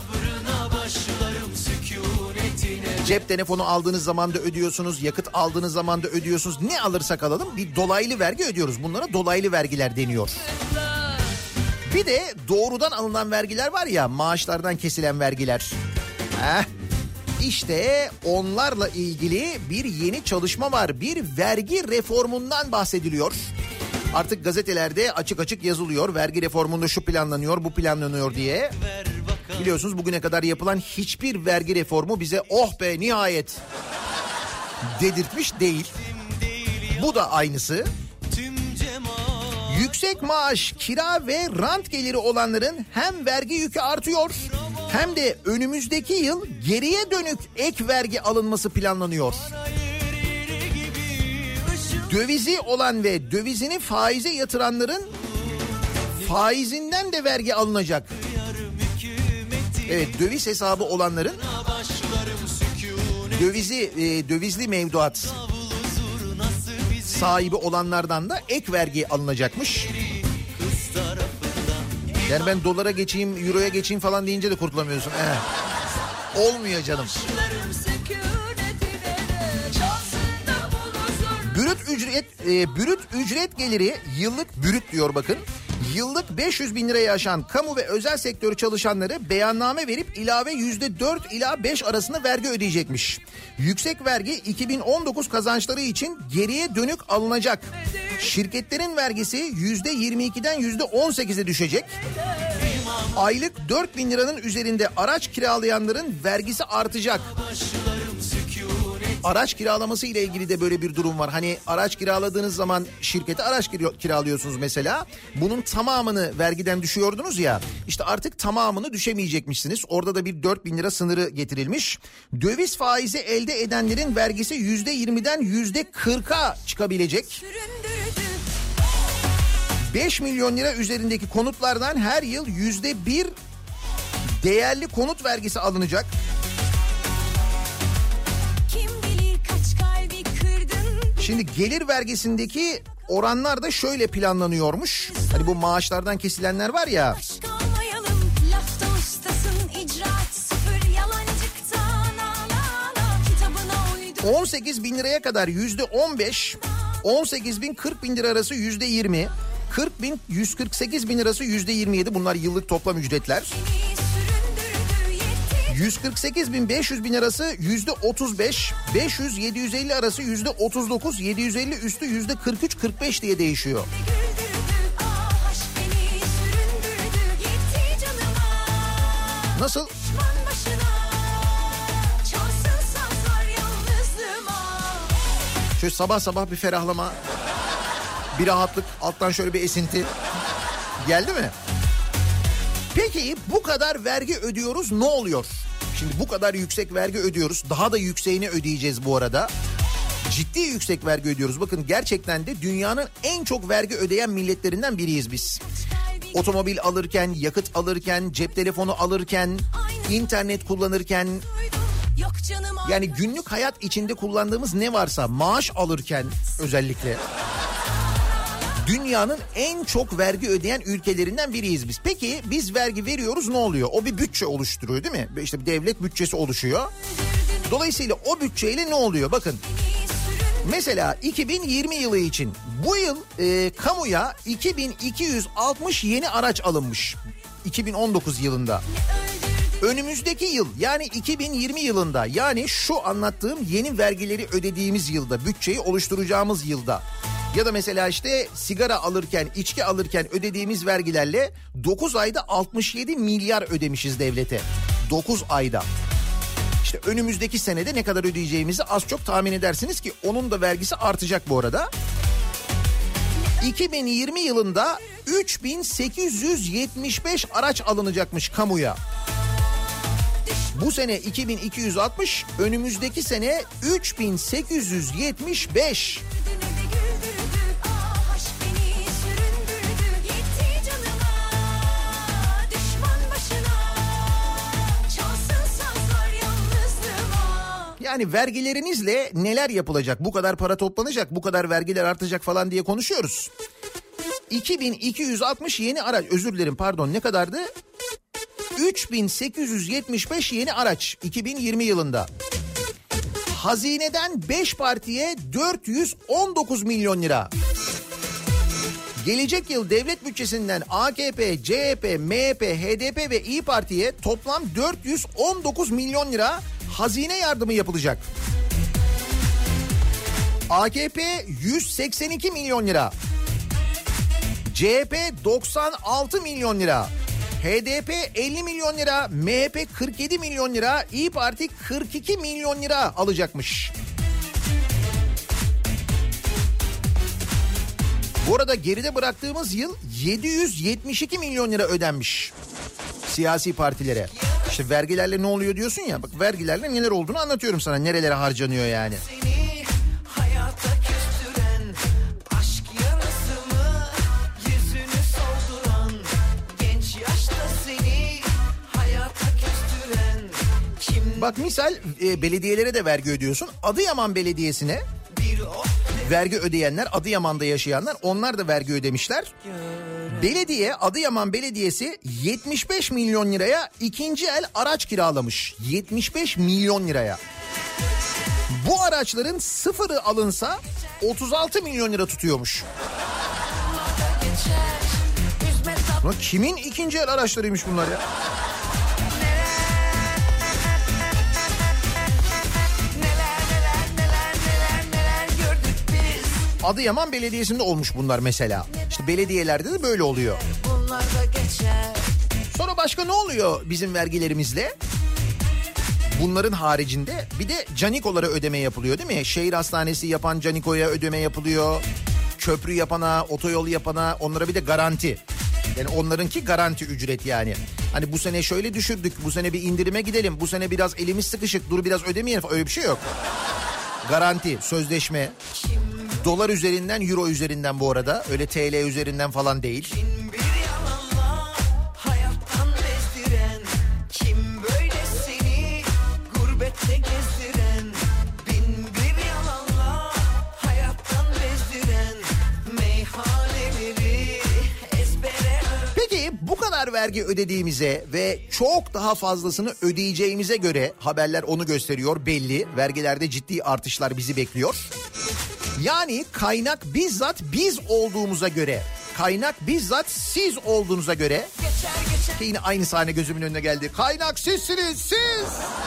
Cep telefonu aldığınız zaman da ödüyorsunuz, yakıt aldığınız zaman da ödüyorsunuz. Ne alırsak alalım bir dolaylı vergi ödüyoruz. Bunlara dolaylı vergiler deniyor. Bir de doğrudan alınan vergiler var ya, maaşlardan kesilen vergiler. İşte onlarla ilgili bir yeni çalışma var. Bir vergi reformundan bahsediliyor. Artık gazetelerde açık açık yazılıyor. Vergi reformunda şu planlanıyor, bu planlanıyor diye. Biliyorsunuz bugüne kadar yapılan hiçbir vergi reformu bize oh be nihayet dedirtmiş değil. Bu da aynısı. Yüksek maaş, kira ve rant geliri olanların hem vergi yükü artıyor hem de önümüzdeki yıl geriye dönük ek vergi alınması planlanıyor. Dövizi olan ve dövizini faize yatıranların faizinden de vergi alınacak. Evet, döviz hesabı olanların dövizli mevduat sahibi olanlardan da ek vergi alınacakmış. Yani ben dolara geçeyim, euroya geçeyim falan deyince de kurtulamıyorsun. Olmuyor canım. Brüt ücret geliri yıllık brüt diyor bakın. Yıllık 500 bin liraya aşan kamu ve özel sektör çalışanları beyanname verip ilave %4 ila 5 arasında vergi ödeyecekmiş. Yüksek vergi 2019 kazançları için geriye dönük alınacak. Şirketlerin vergisi %22'den %18'e düşecek. Aylık 4 bin liranın üzerinde araç kiralayanların vergisi artacak. Araç kiralaması ile ilgili de böyle bir durum var. Hani araç kiraladığınız zaman şirkete araç kiralıyorsunuz mesela. Bunun tamamını vergiden düşüyordunuz ya. İşte artık tamamını düşemeyecekmişsiniz. Orada da bir 4 bin lira sınırı getirilmiş. Döviz faizi elde edenlerin vergisi %20'den %40'a çıkabilecek. 5 milyon lira üzerindeki konutlardan her yıl %1 değerli konut vergisi alınacak. Şimdi gelir vergisindeki oranlar da şöyle planlanıyormuş. Hani bu maaşlardan kesilenler var ya. 18 bin liraya kadar %15, 18 bin 40 bin lira arası %20, 40 bin 148 bin lirası %27, bunlar yıllık toplam ücretler. 148.500 bin arası %35, 500-750 arası %39, 750 üstü %43-45 diye değişiyor. Nasıl? Şöyle sabah sabah bir ferahlama, bir rahatlık, alttan şöyle bir esinti geldi mi? Peki bu kadar vergi ödüyoruz, ne oluyor? Şimdi bu kadar yüksek vergi ödüyoruz. Daha da yükseğini ödeyeceğiz bu arada. Ciddi yüksek vergi ödüyoruz. Bakın gerçekten de dünyanın en çok vergi ödeyen milletlerinden biriyiz biz. Otomobil alırken, yakıt alırken, cep telefonu alırken, internet kullanırken, yani günlük hayat içinde kullandığımız ne varsa, maaş alırken özellikle. Dünyanın en çok vergi ödeyen ülkelerinden biriyiz biz. Peki biz vergi veriyoruz, ne oluyor? O bir bütçe oluşturuyor değil mi? İşte bir devlet bütçesi oluşuyor. Dolayısıyla o bütçeyle ne oluyor? Bakın mesela 2020 yılı için bu yıl kamuya 2260 yeni araç alınmış. 2019 yılında. Önümüzdeki yıl yani 2020 yılında, yani şu anlattığım yeni vergileri ödediğimiz yılda, bütçeyi oluşturacağımız yılda ya da mesela işte sigara alırken, içki alırken ödediğimiz vergilerle 9 ayda 67 milyar ödemişiz devlete. 9 ayda. İşte önümüzdeki senede ne kadar ödeyeceğimizi az çok tahmin edersiniz ki onun da vergisi artacak bu arada. 2020 yılında 3875 araç alınacakmış kamuya. Bu sene 2260, önümüzdeki sene 3875. Yani vergilerinizle neler yapılacak? Bu kadar para toplanacak, bu kadar vergiler artacak falan diye konuşuyoruz. 2260 yeni araç, özür dilerim pardon, ne kadardı? 3875 yeni araç 2020 yılında. Hazineden 5 partiye 419 milyon lira. Gelecek yıl devlet bütçesinden AKP, CHP, MHP, HDP ve İYİ Parti'ye toplam 419 milyon lira hazine yardımı yapılacak. AKP 182 milyon lira. CHP 96 milyon lira. HDP 50 milyon lira, MHP 47 milyon lira, İYİ Parti 42 milyon lira alacakmış. Bu arada geride bıraktığımız yıl 772 milyon lira ödenmiş siyasi partilere. İşte vergilerle ne oluyor diyorsun ya, bak vergilerle neler olduğunu anlatıyorum sana, nerelere harcanıyor yani. Bak misal belediyelere de vergi ödüyorsun. Adıyaman Belediyesi'ne vergi ödeyenler, Adıyaman'da yaşayanlar, onlar da vergi ödemişler. Belediye, Adıyaman Belediyesi 75 milyon liraya ikinci el araç kiralamış. 75 milyon liraya. Bu araçların sıfırı alınsa 36 milyon lira tutuyormuş. Lan kimin ikinci el araçlarıymış bunlar ya? Adıyaman Belediyesi'nde olmuş bunlar mesela. İşte belediyelerde de böyle oluyor. Sonra başka ne oluyor bizim vergilerimizle? Bunların haricinde bir de canikolara ödeme yapılıyor değil mi? Şehir hastanesi yapan canikoya ödeme yapılıyor. Köprü yapana, otoyol yapana, onlara bir de garanti. Yani onlarınki garanti ücret yani. Hani bu sene şöyle düşürdük, bu sene bir indirime gidelim, bu sene biraz elimiz sıkışık, dur biraz ödemeyelim, öyle bir şey yok. Garanti, sözleşme. Dolar üzerinden, euro üzerinden bu arada. Öyle TL üzerinden falan değil. Peki bu kadar vergi ödediğimize ve çok daha fazlasını ödeyeceğimize göre haberler onu gösteriyor belli. Vergilerde ciddi artışlar bizi bekliyor. Yani kaynak bizzat biz olduğumuza göre, kaynak bizzat siz olduğunuza göre, ki yine aynı sahne gözümün önüne geldi. Kaynak sizsiniz, siz!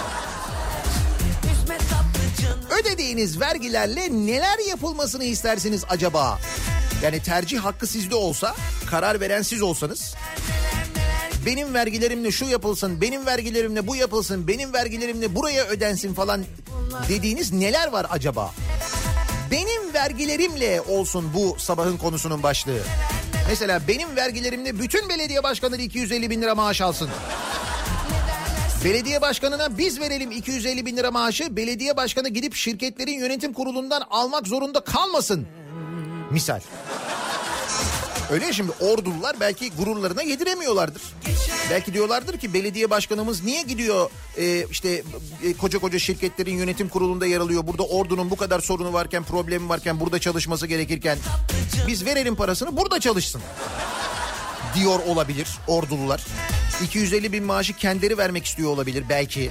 Ödediğiniz vergilerle neler yapılmasını istersiniz acaba? Yani tercih hakkı sizde olsa, karar veren siz olsanız, benim vergilerimle şu yapılsın, benim vergilerimle bu yapılsın, benim vergilerimle buraya ödensin falan dediğiniz neler var acaba? Benim vergilerimle olsun bu sabahın konusunun başlığı. Mesela benim vergilerimle bütün belediye başkanları 250 bin lira maaş alsın. Belediye başkanına biz verelim 250 bin lira maaşı, belediye başkanı gidip şirketlerin yönetim kurulundan almak zorunda kalmasın. Misal. Öyle ya, şimdi ordulular belki gururlarına yediremiyorlardır. Belki diyorlardır ki belediye başkanımız niye gidiyor koca koca şirketlerin yönetim kurulunda yer alıyor. Burada ordunun bu kadar sorunu varken, problemi varken, burada çalışması gerekirken biz verelim parasını, burada çalışsın diyor olabilir ordulular. 250 bin maaşı kendileri vermek istiyor olabilir belki.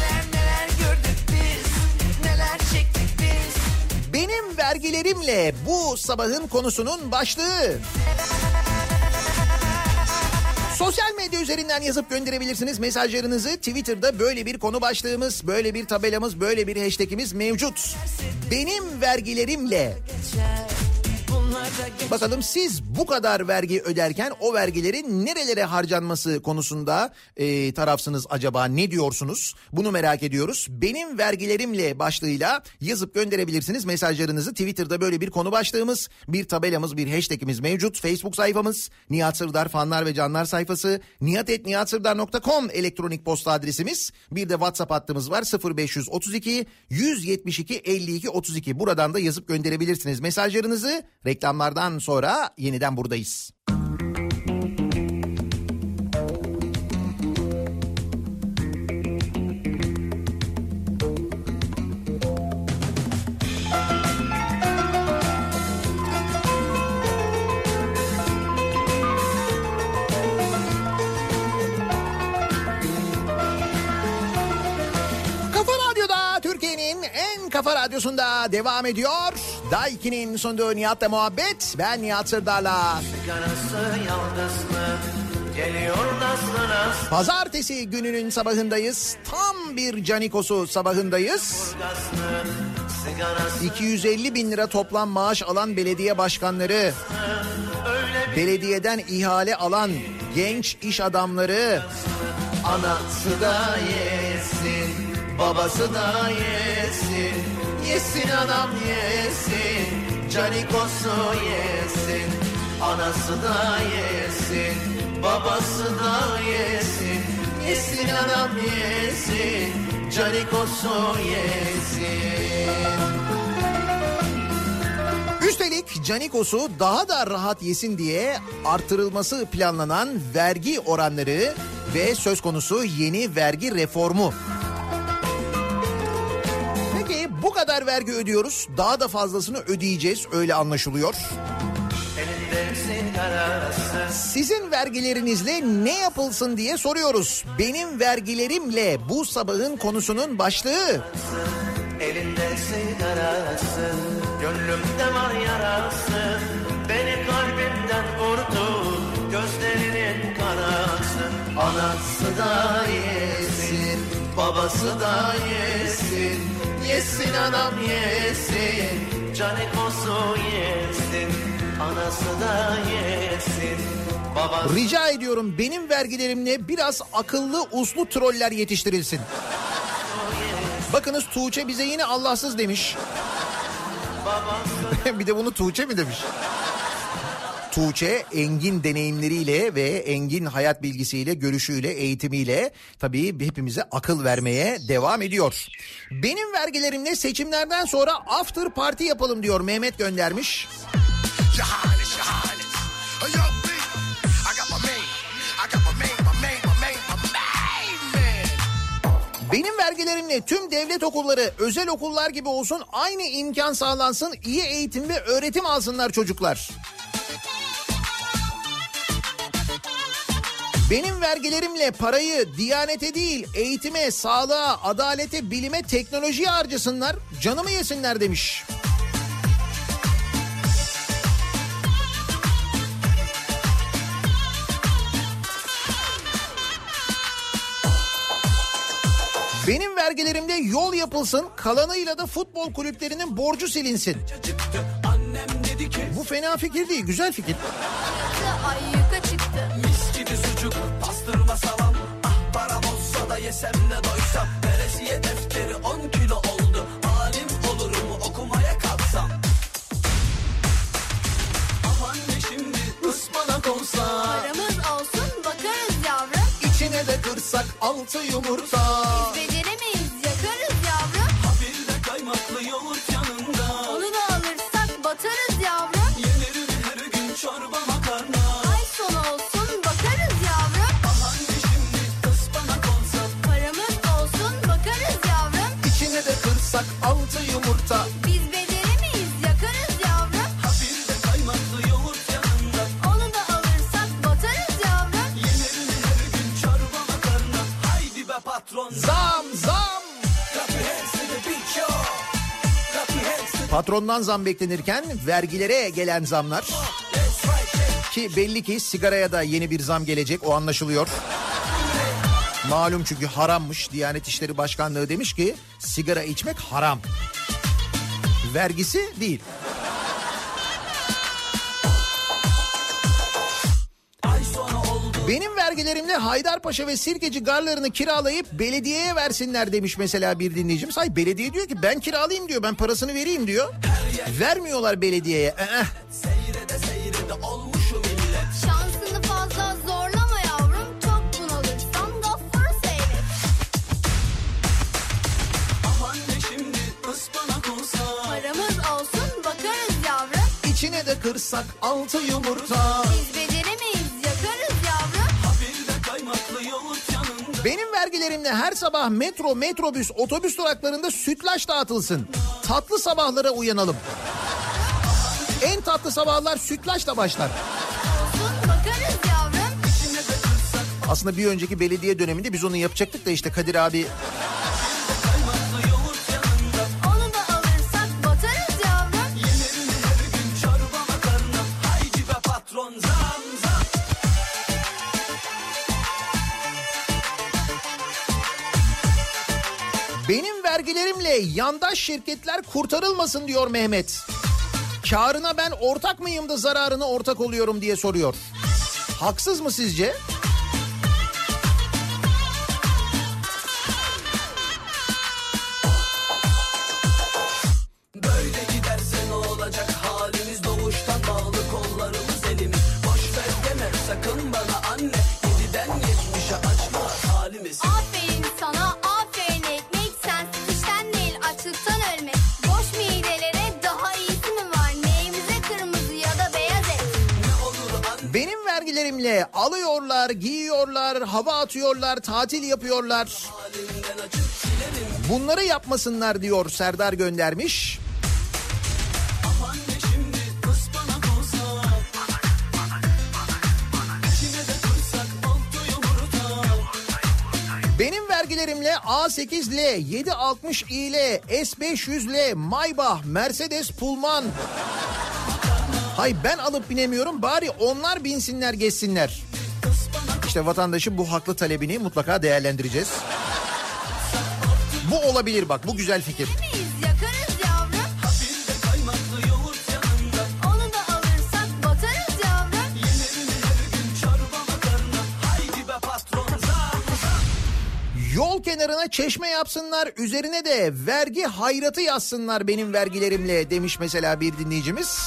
Benim vergilerimle bu sabahın konusunun başlığı. Sosyal medya üzerinden yazıp gönderebilirsiniz mesajlarınızı. Twitter'da böyle bir konu başlığımız, böyle bir tabelamız, böyle bir hashtagimiz mevcut. Benim vergilerimle. Bakalım siz bu kadar vergi öderken o vergilerin nerelere harcanması konusunda tarafsınız acaba, ne diyorsunuz? Bunu merak ediyoruz. Benim vergilerimle başlığıyla yazıp gönderebilirsiniz mesajlarınızı. Twitter'da böyle bir konu başlığımız, bir tabelamız, bir hashtagimiz mevcut. Facebook sayfamız Nihat Sırdar fanlar ve canlar sayfası, nihat@nihatsırdar.com elektronik posta adresimiz. Bir de WhatsApp hattımız var, 0532 172 52 32. Buradan da yazıp gönderebilirsiniz mesajlarınızı. Reklamlardan sonra yeniden buradayız. Kafa Radyosu'nda devam ediyor. Daiki'nin sunduğu Nihat'la muhabbet. Ben Nihat Sırdar'la. Pazartesi gününün sabahındayız. Tam bir canikosu sabahındayız. 250 bin lira toplam maaş alan belediye başkanları, belediyeden ihale alan genç iş adamları, anası da yesin, babası da yesin, yesin anam yesin, canikosu yesin, anası da yesin, babası da yesin, yesin anam yesin, canikosu yesin. Üstelik canikosu daha da rahat yesin diye artırılması planlanan vergi oranları ve söz konusu yeni vergi reformu. Peki bu kadar vergi ödüyoruz, daha da fazlasını ödeyeceğiz, öyle anlaşılıyor. Sizin vergilerinizle ne yapılsın diye soruyoruz. Benim vergilerimle bu sabahın konusunun başlığı. Elinde sigarası, gönlümde var yarası, beni kalbimden vurdu, gözlerini Anası da yesin, babası da yesin. Yesin anam yesin, Canekosu yesin. Anası da yesin, babası... Rica ediyorum benim vergilerimle biraz akıllı uslu troller yetiştirilsin. Bakınız Tuğçe bize yine Allahsız demiş. Bir de bunu Tuğçe mi demiş? Tuğçe engin deneyimleriyle ve engin hayat bilgisiyle, görüşüyle, eğitimiyle tabii hepimize akıl vermeye devam ediyor. Benim vergilerimle seçimlerden sonra after party yapalım diyor Mehmet göndermiş. Benim vergilerimle tüm devlet okulları, özel okullar gibi olsun, aynı imkan sağlansın, iyi eğitim ve öğretim alsınlar çocuklar. Benim vergilerimle parayı diyanete değil, eğitime, sağlığa, adalete, bilime, teknolojiye harcasınlar, canımı yesinler demiş. Benim vergilerimde yol yapılsın, kalanıyla da futbol kulüplerinin borcu silinsin. Bu fena fikir değil, güzel fikir. Mis gibi sucuk, pastırma salam. Ah param olsa da yesem de doysam. Veresiye defteri 10 kilo oldu. Alim olurum okumaya kalksam. Aman ne şimdi ıspanak olsa. Paramız olsun bakarız yavrum. İçine de kırsak 6 yumurta. Biz beceremeyiz yakarız yavrum. Ha bir de kaymaklı yoğurt yanında. Onu da alırsak batarız yavrum. Yenir her gün çorba makarna. Ay sonu olsun bakarız yavrum. Aman ne şimdi ıspanak olsa. Paramız olsun bakarız yavrum. İçine de kırsak 6 yumurta. Biz beceremeyiz yakarız yavrum. Ha bir de kaymaklı yoğurt yanında. Onu da alırsak batarız yavrum. Yenir her gün çorba makarna. Haydi be patron. Zam zam. Clap your hands to the beat, yo. Clap your hands to the... Patrondan zam beklenirken vergilere gelen zamlar. Ki belli ki sigaraya da yeni bir zam gelecek, o anlaşılıyor. Malum çünkü harammış. Diyanet İşleri Başkanlığı demiş ki sigara içmek haram. Vergisi değil. Benim vergilerimle Haydarpaşa ve Sirkeci garlarını kiralayıp belediyeye versinler demiş mesela bir dinleyicimiz. Hayır, belediye diyor ki ben kiralayayım diyor, ben parasını vereyim diyor. Vermiyorlar belediyeye. Seyrede seyrede olmuşum millet. Şansını fazla zorlama yavrum. Çok bunalırsan gaffuru seyret. Aman ne şimdi ıspanak olsa. Paramız olsun bakarız yavrum. İçine de kırsak 6 yumurta. Biz beceremeyiz yakarız yavrum. Ha bir de kaymaklı yoğurt yanında. Benim vergilerimle her sabah metro, metrobüs, otobüs duraklarında sütlaç dağıtılsın. Tatlı sabahlara uyanalım. En tatlı sabahlar sütlaçla başlar. Olsun bakarız yavrum. Aslında bir önceki belediye döneminde biz onu yapacaktık da işte Kadir abi... Kaymaklı yoğurt yanında. Onu da alırsak batarız yavrum. Yenir her gün çorba makarna. Haydi be patron zam zam. Benim vergilerimle yandaş şirketler kurtarılmasın diyor Mehmet. Kârına ben ortak mıyım da zararına ortak oluyorum diye soruyor. Haksız mı sizce? Böyle giderse ne olacak halimiz, doğuştan bağlı kollarımız elimiz. Boş ver deme sakın bana anne, 7'den 70'e açma halimiz. Aferin sana aferin ekmek. Sensiz işten değil açlıktan ölmek. Boş midelere daha iyisi mi var? Neyimize kırmızı ya da beyaz et. Ne olur anne. Benim vergilerimle alıyorlar, giyiyorlar, hava atıyorlar, tatil yapıyorlar. Bunları yapmasınlar diyor Serdar göndermiş. Aman ne şimdi ıspanak olsa. İçine de kırsak 6 yumurta. Benim vergilerimle A8L, 760i ile S500L, Maybach, Mercedes Pullman. Hay ben alıp binemiyorum, bari onlar binsinler geçsinler. Ispanak İşte vatandaşın bu haklı talebini mutlaka değerlendireceğiz. Bu olabilir bak, bu güzel fikir. Yakarız yavrum. Hafifte kaymaklı yoğurt yanında. Onu da alırsak batarız yavrum. Yenerim her gün çorba makarna. Haydi be patron zam. Yol kenarına çeşme yapsınlar, üzerine de vergi hayratı yazsınlar benim vergilerimle demiş mesela bir dinleyicimiz.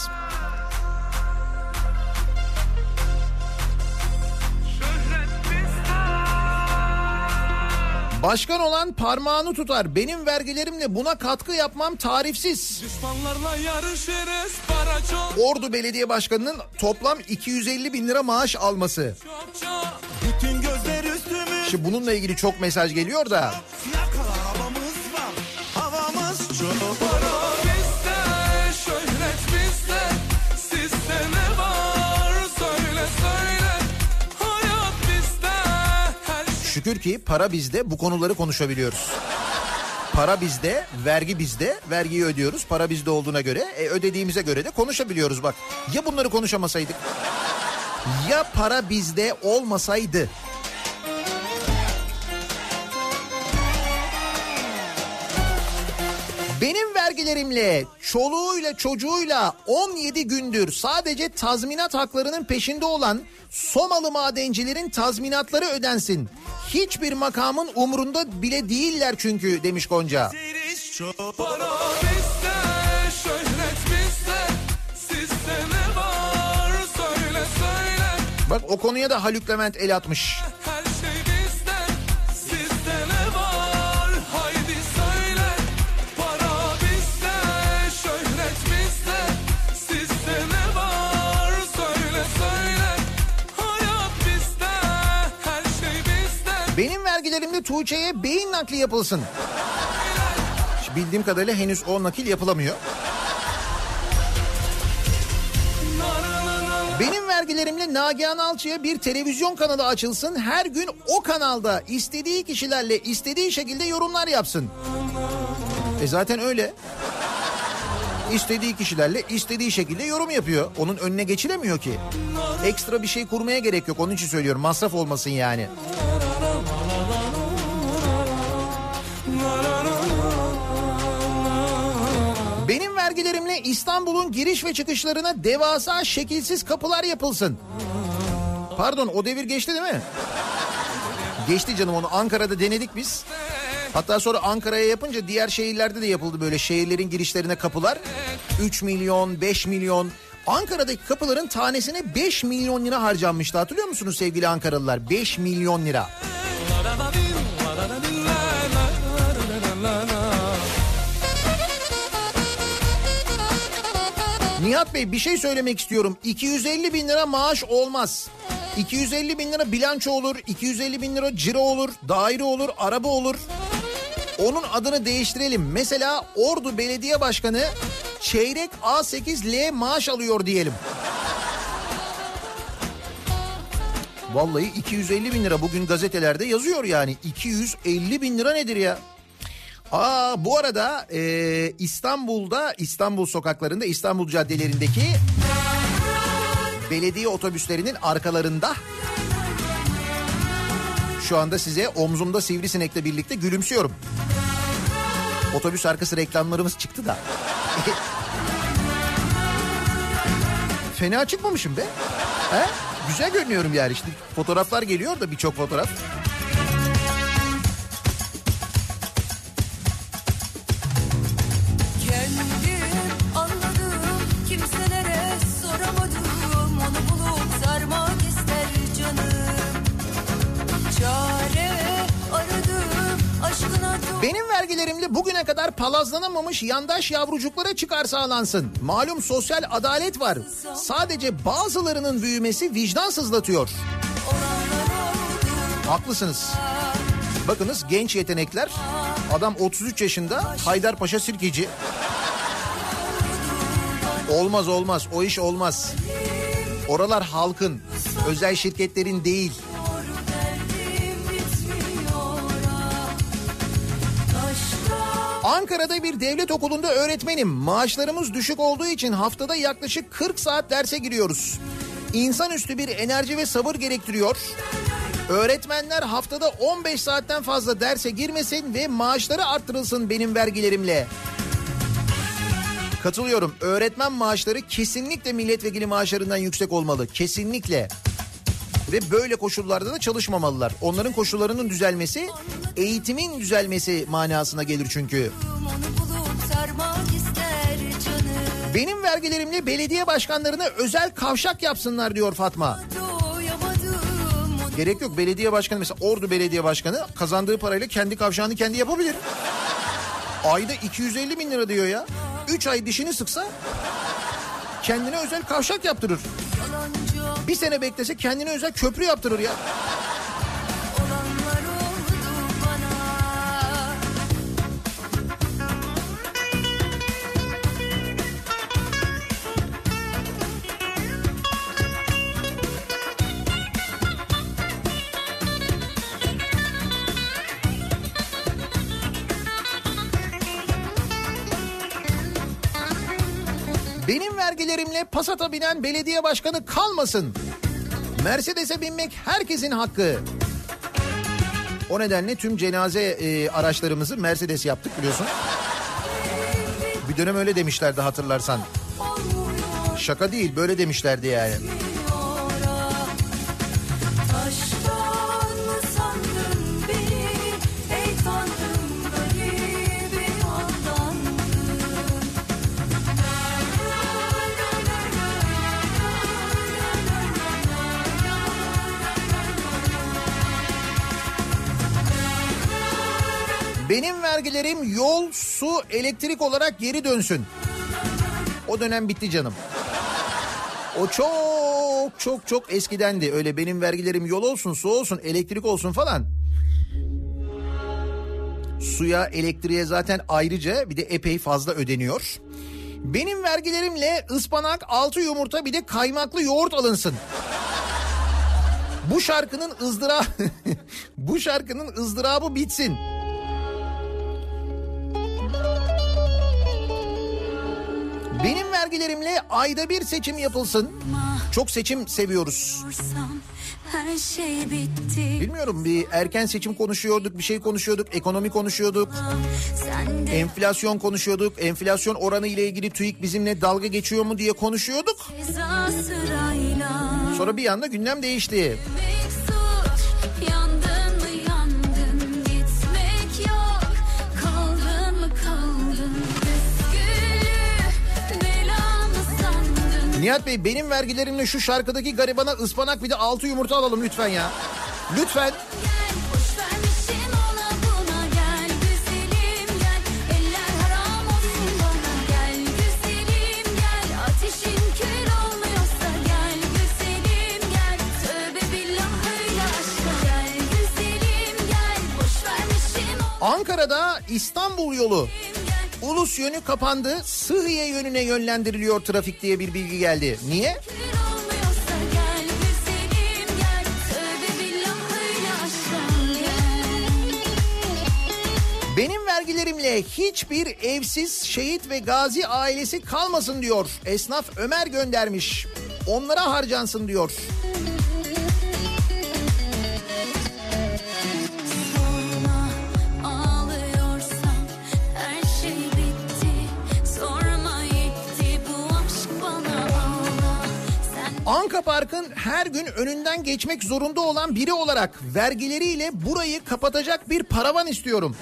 Başkan olan parmağını tutar. Benim vergilerimle buna katkı yapmam tarifsiz. Düşmanlarla yarışırız, para çok Ordu Belediye Başkanı'nın toplam 250 bin lira maaş alması. çok. Bütün gözler üstümüz. Şimdi bununla ilgili çok mesaj geliyor da. Yakala havamız var. Havamız çok. Para bizde, şöhret bizde, sizde ne var söyle söyle. Hayat bizde, her şey Şükür ki para bizde, bu konuları konuşabiliyoruz. Para bizde, vergi bizde, vergiyi ödüyoruz. Para bizde olduğuna göre, ödediğimize göre de konuşabiliyoruz bak. Ya bunları konuşamasaydık? Ya para bizde olmasaydı? Benim vergilerimle, çoluğuyla çocuğuyla 17 gündür sadece tazminat haklarının peşinde olan Somalı madencilerin tazminatları ödensin. Hiçbir makamın umurunda bile değiller çünkü demiş Gonca. Deriz çok. para bizde, şöhret bizde, sizde ne var söyle söyle. Bak o konuya da Haluk Levent el atmış. Her şey bizde, sizde ne var haydi söyle. Para bizde, şöhret bizde, sizde ne var söyle söyle. Hayat bizde, her şey bizde. Benim vergilerimle Tuğçe'ye beyin nakli yapılsın. Bildiğim kadarıyla henüz o nakil yapılamıyor. Benim vergilerimle Nagihan Alçı'ya bir televizyon kanalı açılsın. Her gün o kanalda istediği kişilerle istediği şekilde yorumlar yapsın. Zaten öyle. İstediği kişilerle istediği şekilde yorum yapıyor. Onun önüne geçilemiyor ki. Ekstra bir şey kurmaya gerek yok. Onun için söylüyorum, masraf olmasın yani. Benim vergilerimle İstanbul'un giriş ve çıkışlarına devasa şekilsiz kapılar yapılsın. Pardon, o devir geçti değil mi? Geçti canım, onu Ankara'da denedik biz. Hatta sonra Ankara'ya yapınca diğer şehirlerde de yapıldı böyle şehirlerin girişlerine kapılar. 3 milyon, 5 milyon. Ankara'daki kapıların tanesine 5 milyon lira harcanmıştı, hatırlıyor musunuz sevgili Ankaralılar? 5 milyon lira. Nihat Bey, bir şey söylemek istiyorum. 250 bin lira maaş olmaz. 250 bin lira bilanço olur, 250 bin lira ciro olur, daire olur, araba olur. Onun adını değiştirelim. Mesela Ordu Belediye Başkanı çeyrek A8L maaş alıyor diyelim. Vallahi 250 bin lira bugün gazetelerde yazıyor yani. 250 bin lira nedir ya? Bu arada İstanbul'da, İstanbul sokaklarında, İstanbul caddelerindeki belediye otobüslerinin arkalarında şu anda size omzumda sivrisinekle birlikte gülümsüyorum. Otobüs arkası reklamlarımız çıktı da. Fena çıkmamışım be. He? Güzel görünüyorum yani, işte fotoğraflar geliyor da, birçok fotoğraf. Benim vergilerimle bugüne kadar palazlanamamış yandaş yavrucuklara çıkar sağlansın. Malum sosyal adalet var. Sadece bazılarının büyümesi vicdan sızlatıyor. Haklısınız. Bakınız, genç yetenekler. Adam 33 yaşında, Haydarpaşa sirkeci. Olmaz olmaz, o iş olmaz. Oralar halkın, özel şirketlerin değil. Ankara'da bir devlet okulunda öğretmenim. Maaşlarımız düşük olduğu için haftada yaklaşık 40 saat derse giriyoruz. İnsanüstü bir enerji ve sabır gerektiriyor. Öğretmenler haftada 15 saatten fazla derse girmesin ve maaşları arttırılsın benim vergilerimle. Katılıyorum. Öğretmen maaşları kesinlikle milletvekili maaşlarından yüksek olmalı. Kesinlikle. Ve böyle koşullarda da çalışmamalılar. Onların koşullarının düzelmesi, eğitimin düzelmesi manasına gelir çünkü. Benim vergilerimle belediye başkanlarına özel kavşak yapsınlar diyor Fatma. Gerek yok, belediye başkanı mesela Ordu Belediye Başkanı kazandığı parayla kendi kavşağını kendi yapabilir. Ayda 250 bin lira diyor ya. 3 ay dişini sıksa kendine özel kavşak yaptırır. Bir sene beklese kendine özel köprü yaptırır ya. Benim vergilerimle Passat'a binen belediye başkanı kalmasın. Mercedes'e binmek herkesin hakkı. O nedenle tüm cenaze araçlarımızı Mercedes yaptık biliyorsun. Bir dönem öyle demişlerdi hatırlarsan. Şaka değil, böyle demişlerdi yani. Benim vergilerim yol, su, elektrik olarak geri dönsün. O dönem bitti canım. O çok eskidendi. Öyle benim vergilerim yol olsun, su olsun, elektrik olsun falan. Suya, elektriğe zaten ayrıca bir de epey fazla ödeniyor. Benim vergilerimle ıspanak, 6 yumurta bir de kaymaklı yoğurt alınsın. Bu şarkının ızdırabı bitsin. Benim vergilerimle ayda bir seçim yapılsın. Çok seçim seviyoruz. Her şey bitti. Bilmiyorum, bir erken seçim konuşuyorduk, bir şey konuşuyorduk, ekonomi konuşuyorduk. Enflasyon konuşuyorduk. Enflasyon oranı ile ilgili TÜİK bizimle dalga geçiyor mu diye konuşuyorduk. Sonra bir anda gündem değişti. Nihat Bey, benim vergilerimle şu şarkıdaki garibana ıspanak bir de 6 yumurta alalım lütfen ya. Lütfen. Ankara'da İstanbul yolu Ulus yönü kapandı, Sıhhiye yönüne yönlendiriliyor trafik diye bir bilgi geldi. Niye? Benim vergilerimle hiçbir evsiz şehit ve gazi ailesi kalmasın diyor. Esnaf Ömer göndermiş. Onlara harcansın diyor. Anka Park'ın her gün önünden geçmek zorunda olan biri olarak vergileriyle burayı kapatacak bir paravan istiyorum.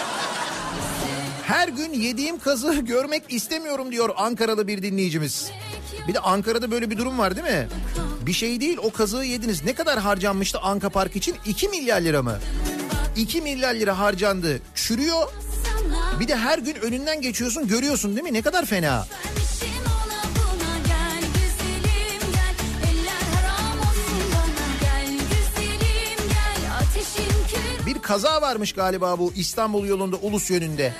Her gün yediğim kazığı görmek istemiyorum diyor Ankaralı bir dinleyicimiz. Bir de Ankara'da böyle bir durum var değil mi? Bir şey değil, o kazığı yediniz. Ne kadar harcanmıştı Anka Park için? 2 milyar lira mı? 2 milyar lira harcandı. Çürüyor. Bir de her gün önünden geçiyorsun, görüyorsun değil mi? Ne kadar fena. Bir kaza varmış galiba bu İstanbul yolunda Ulus yönünde.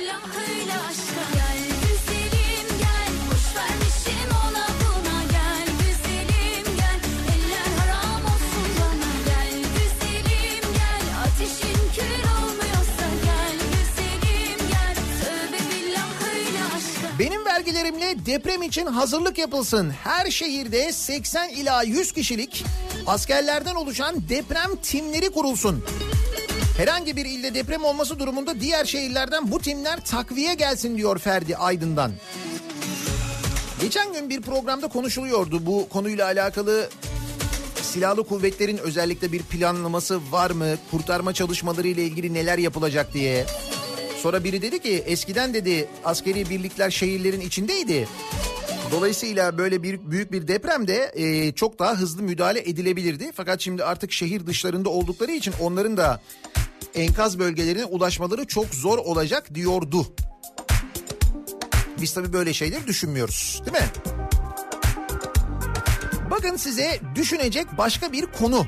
Benim vergilerimle deprem için hazırlık yapılsın. Her şehirde 80 ila 100 kişilik Askerlerden oluşan deprem timleri kurulsun. Herhangi bir ilde deprem olması durumunda diğer şehirlerden bu timler takviye gelsin diyor Ferdi Aydın'dan. Geçen gün bir programda konuşuluyordu bu konuyla alakalı. Silahlı kuvvetlerin özellikle bir planlaması var mı? Kurtarma çalışmaları ile ilgili neler yapılacak diye. Sonra biri dedi ki eskiden dedi askeri birlikler şehirlerin içindeydi. Dolayısıyla böyle büyük bir depremde çok daha hızlı müdahale edilebilirdi. Fakat şimdi artık şehir dışlarında oldukları için onların da enkaz bölgelerine ulaşmaları çok zor olacak diyordu. Biz tabii böyle şeyleri düşünmüyoruz, değil mi? Bakın size düşünecek başka bir konu.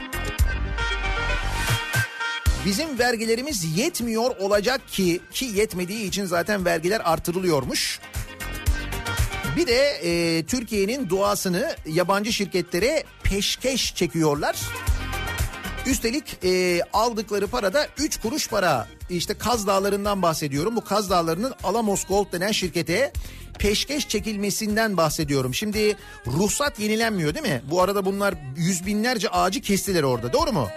Bizim vergilerimiz yetmiyor olacak ki yetmediği için zaten vergiler artırılıyormuş. Bir de Türkiye'nin doğasını yabancı şirketlere peşkeş çekiyorlar. Üstelik aldıkları para da 3 kuruş para. İşte Kaz Dağları'ndan bahsediyorum. Bu Kaz Dağları'nın Alamos Gold denen şirkete peşkeş çekilmesinden bahsediyorum. Şimdi ruhsat yenilenmiyor değil mi? Bu arada bunlar yüz binlerce ağacı kestiler orada, doğru mu?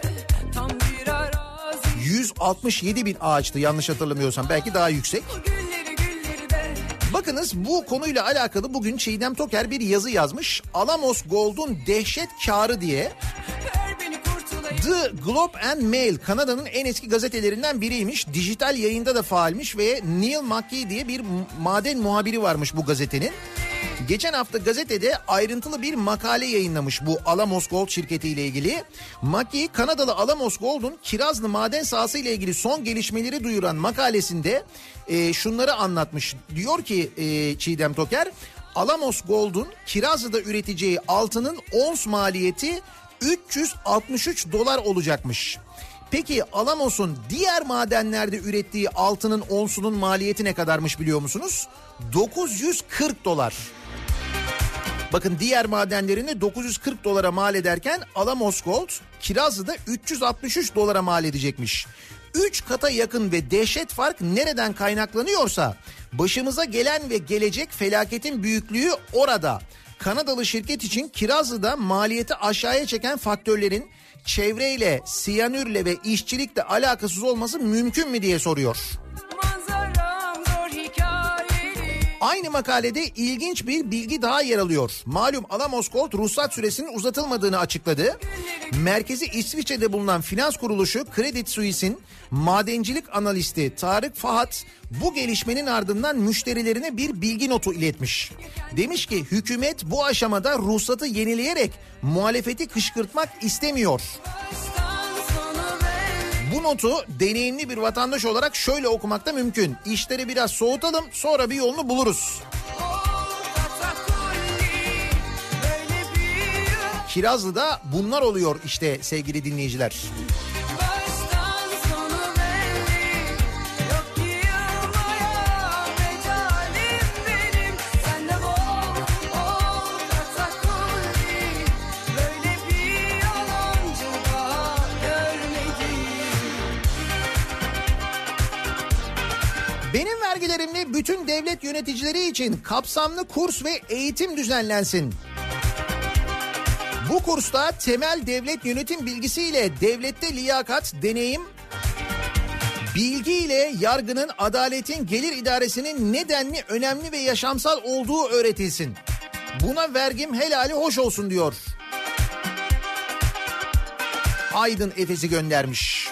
167 bin ağaçtı yanlış hatırlamıyorsam, belki daha yüksek. Bakınız bu konuyla alakalı bugün Çiğdem Toker bir yazı yazmış. Alamos Gold'un dehşet kârı diye. The Globe and Mail Kanada'nın en eski gazetelerinden biriymiş. Dijital yayında da faalmiş ve Neil McKee diye bir maden muhabiri varmış bu gazetenin. Geçen hafta gazetede ayrıntılı bir makale yayınlamış bu Alamos Gold şirketiyle ilgili. McKee Kanadalı Alamos Gold'un Kirazlı maden sahası ile ilgili son gelişmeleri duyuran makalesinde şunları anlatmış. Diyor ki Çiğdem Toker, Alamos Gold'un Kirazlı'da üreteceği altının ons maliyeti $363 olacakmış. Peki Alamos'un diğer madenlerde ürettiği altının onsunun maliyeti ne kadarmış biliyor musunuz? $940. Bakın diğer madenlerini $940 mal ederken Alamos Gold Kirazlı'da $363 mal edecekmiş. 3 kata yakın ve dehşet fark nereden kaynaklanıyorsa başımıza gelen ve gelecek felaketin büyüklüğü orada. Kanadalı şirket için Kirazlı'da maliyeti aşağıya çeken faktörlerin çevreyle, siyanürle ve işçilikle alakasız olması mümkün mü diye soruyor. Aynı makalede ilginç bir bilgi daha yer alıyor. Malum Alamos Gold ruhsat süresinin uzatılmadığını açıkladı. Merkezi İsviçre'de bulunan finans kuruluşu Credit Suisse'in madencilik analisti Tarık Fahat bu gelişmenin ardından müşterilerine bir bilgi notu iletmiş. Demiş ki hükümet bu aşamada ruhsatı yenileyerek muhalefeti kışkırtmak istemiyor. Bu notu deneyimli bir vatandaş olarak şöyle okumak da mümkün. İşleri biraz soğutalım, sonra bir yolunu buluruz. Kirazlı'da bunlar oluyor işte sevgili dinleyiciler. Benim vergilerimle bütün devlet yöneticileri için kapsamlı kurs ve eğitim düzenlensin. Bu kursta temel devlet yönetim bilgisiyle devlette liyakat, deneyim, bilgiyle yargının, adaletin, gelir idaresinin nedenli, önemli ve yaşamsal olduğu öğretilsin. Buna vergim helali hoş olsun diyor. Aydın Efes'i göndermiş.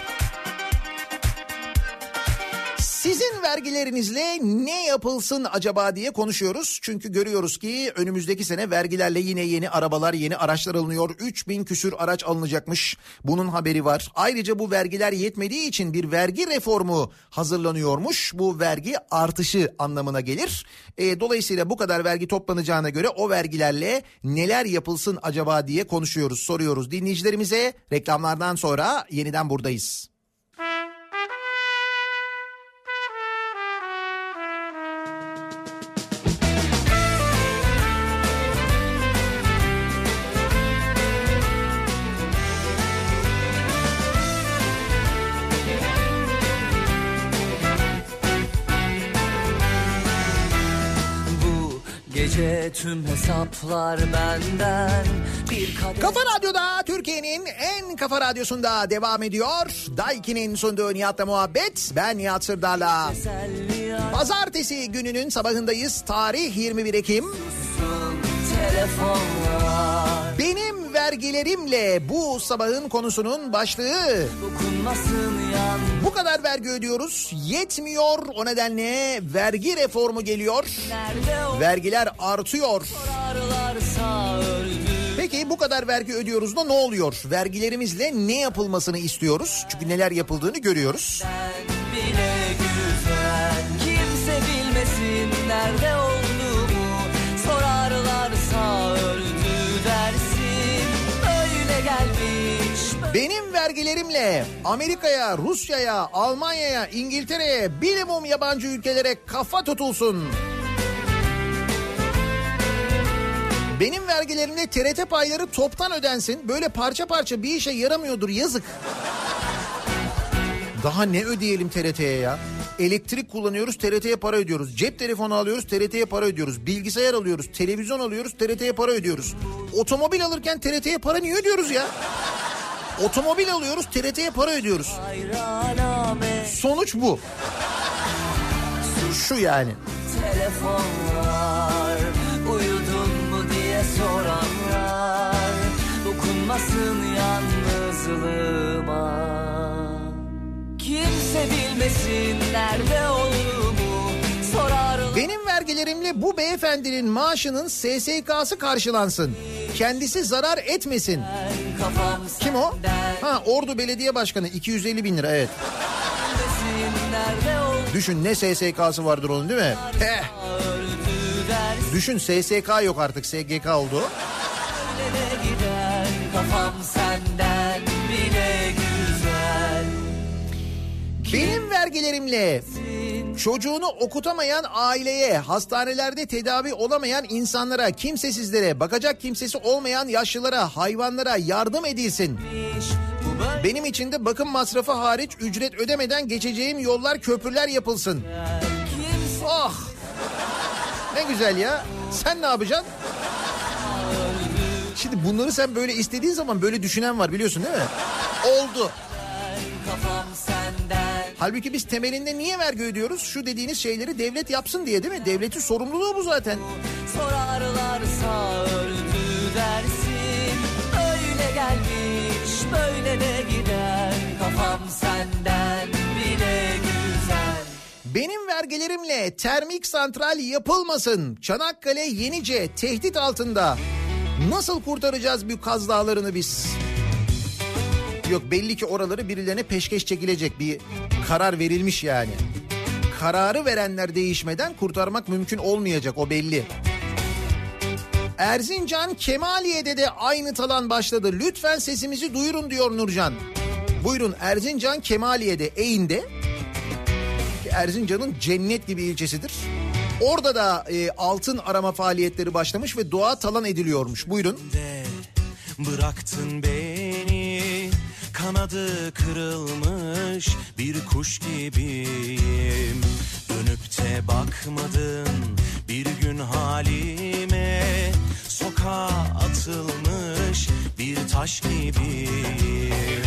Sizin vergilerinizle ne yapılsın acaba diye konuşuyoruz. Çünkü görüyoruz ki önümüzdeki sene vergilerle yine yeni arabalar, yeni araçlar alınıyor. 3000 küsür araç alınacakmış. Bunun haberi var. Ayrıca bu vergiler yetmediği için bir vergi reformu hazırlanıyormuş. Bu vergi artışı anlamına gelir. Dolayısıyla bu kadar vergi toplanacağına göre o vergilerle neler yapılsın acaba diye konuşuyoruz, soruyoruz dinleyicilerimize. Reklamlardan sonra yeniden buradayız. gece tüm hesaplar benden. Kafa Radyo'da, Türkiye'nin en kafa radyosunda devam ediyor. Daiki'nin sunduğu Nihat'la muhabbet. Ben Nihat Sırdar'la. Pazartesi gününün sabahındayız. Tarih 21 Ekim. Benim vergilerimle bu sabahın konusunun başlığı. Bu kadar vergi ödüyoruz, yetmiyor, o nedenle vergi reformu geliyor. Vergiler artıyor. Peki bu kadar vergi ödüyoruz da ne oluyor? Vergilerimizle ne yapılmasını istiyoruz? Çünkü neler yapıldığını görüyoruz. Bile güzel, kimse bilmesin nerede olduğumu. Sorarlarsa öldü dersin, öyle gelmiş. Benim vergilerimle Amerika'ya, Rusya'ya, Almanya'ya, İngiltere'ye, minimum yabancı ülkelere kafa tutulsun. Benim vergilerimle TRT payları toptan ödensin. Böyle parça parça bir işe yaramıyordur, yazık. Daha ne ödeyelim TRT'ye ya? Elektrik kullanıyoruz, TRT'ye para ödüyoruz. Cep telefonu alıyoruz, TRT'ye para ödüyoruz. Bilgisayar alıyoruz, televizyon alıyoruz, TRT'ye para ödüyoruz. Otomobil alırken TRT'ye para niye ödüyoruz ya? Otomobil alıyoruz, TRT'ye para ödüyoruz. Sonuç bu. Şu yani. Telefonlar, uyudun mu diye soranlar, dokunmasın yalnızlığıma. Kimse bilmesin nerede olduğumu sorarlar. Benim vergilerimle bu beyefendinin maaşının SSK'sı karşılansın. Kendisi zarar etmesin. Kim o? Ha, Ordu Belediye Başkanı, 250 bin lira, evet. Düşün ne SSK'sı vardır onun, değil mi? Düşün, SSK yok artık, SGK oldu. Kafam senden bile güzel. Benim vergilerimle çocuğunu okutamayan aileye, hastanelerde tedavi olamayan insanlara, kimsesizlere, bakacak kimsesi olmayan yaşlılara, hayvanlara yardım edilsin. Benim için de bakım masrafı hariç ücret ödemeden geçeceğim yollar, köprüler yapılsın. Oh! Ne güzel ya. Sen ne yapacaksın? Şimdi bunları sen böyle istediğin zaman böyle düşünen var, biliyorsun değil mi? Oldu. Halbuki biz temelinde niye vergi ödüyoruz? Şu dediğiniz şeyleri devlet yapsın diye, değil mi? Devletin sorumluluğu bu zaten. Sorarlarsa öldü dersin, öyle gelmiş böyle de gider. Kafam senden bile güzel. Benim vergilerimle termik santral yapılmasın. Çanakkale, Yenice tehdit altında. Nasıl kurtaracağız bu Kaz Dağları'nı biz? Yok, belli ki oraları birilerine peşkeş çekilecek, bir karar verilmiş yani. Kararı verenler değişmeden kurtarmak mümkün olmayacak, o belli. Erzincan Kemaliye'de de aynı talan başladı. Lütfen sesimizi duyurun diyor Nurcan. Buyurun, Erzincan Kemaliye'de, Eğin'de. Erzincan'ın cennet gibi ilçesidir. Orada da altın arama faaliyetleri başlamış ve doğa talan ediliyormuş. Buyurun. Bıraktın beni, kanadı kırılmış bir kuş gibiyim. Dönüp de bakmadın bir gün halime, sokağa atılmış bir taş gibiyim.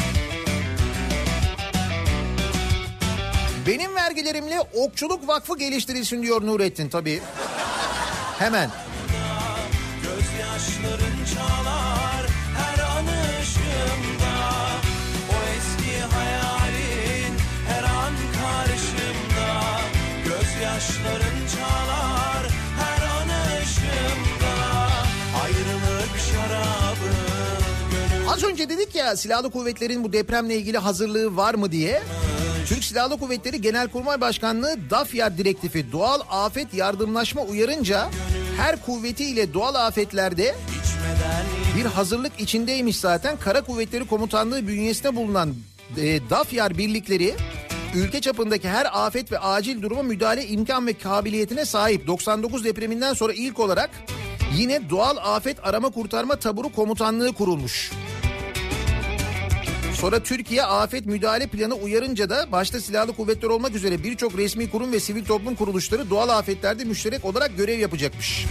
Benim vergilerimle Okçuluk Vakfı geliştirilsin diyor Nurettin, tabii. Hemen. Gözyaşların çalar her an ışığımda, o eski hayalin her an karşımda. Gözyaşların çalar her an ışığımda, ayrılık şarabı gönül. Az önce dedik ya, silahlı kuvvetlerin bu depremle ilgili hazırlığı var mı diye. Türk Silahlı Kuvvetleri Genelkurmay Başkanlığı DAFYAR direktifi doğal afet yardımlaşma uyarınca her kuvvetiyle doğal afetlerde bir hazırlık içindeymiş zaten. Kara Kuvvetleri Komutanlığı bünyesinde bulunan DAFYAR birlikleri ülke çapındaki her afet ve acil duruma müdahale imkan ve kabiliyetine sahip. 99 depreminden sonra ilk olarak yine doğal afet arama kurtarma taburu komutanlığı kurulmuş. Sonra Türkiye Afet Müdahale Planı uyarınca da başta silahlı kuvvetler olmak üzere birçok resmi kurum ve sivil toplum kuruluşları doğal afetlerde müşterek olarak görev yapacakmış.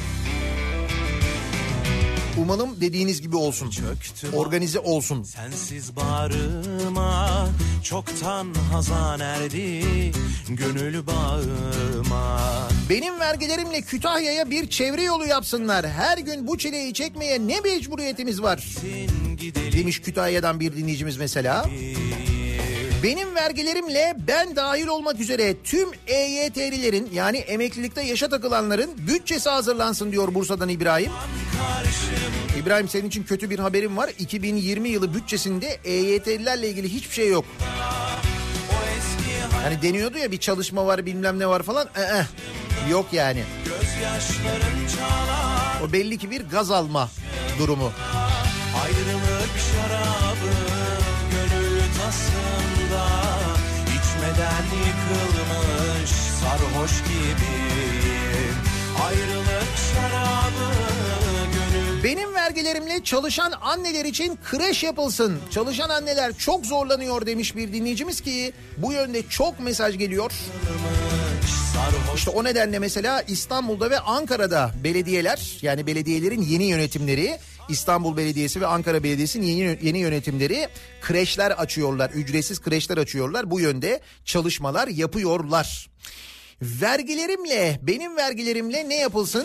Umalım dediğiniz gibi olsun. Organize olsun. Sensiz bağrıma çoktan hazan erdi gönül bağıma. Benim vergilerimle Kütahya'ya bir çevre yolu yapsınlar. Her gün bu çileyi çekmeye ne mecburiyetimiz var? Demiş Kütahya'dan bir dinleyicimiz mesela. Benim vergilerimle ben dahil olmak üzere tüm EYT'lilerin yani emeklilikte yaşa takılanların bütçesi hazırlansın diyor Bursa'dan İbrahim. İbrahim senin için kötü bir haberim var. 2020 yılı bütçesinde EYT'lilerle ilgili hiçbir şey yok. Hani deniyordu ya bir çalışma var bilmem ne var falan. Yok yani. O belli ki bir gaz alma durumu. Ayrılık şarabı gönül tasında içmeden yıkılmış sarhoş gibiyim. Ayrılık şarabı gönül. Benim vergilerimle çalışan anneler için kreş yapılsın. Çalışan anneler çok zorlanıyor demiş bir dinleyicimiz ki bu yönde çok mesaj geliyor. İşte o nedenle mesela İstanbul'da ve Ankara'da belediyeler yani belediyelerin yeni yönetimleri İstanbul Belediyesi ve Ankara Belediyesi'nin yeni yönetimleri kreşler açıyorlar. Ücretsiz kreşler açıyorlar. Bu yönde çalışmalar yapıyorlar. Vergilerimle benim vergilerimle ne yapılsın?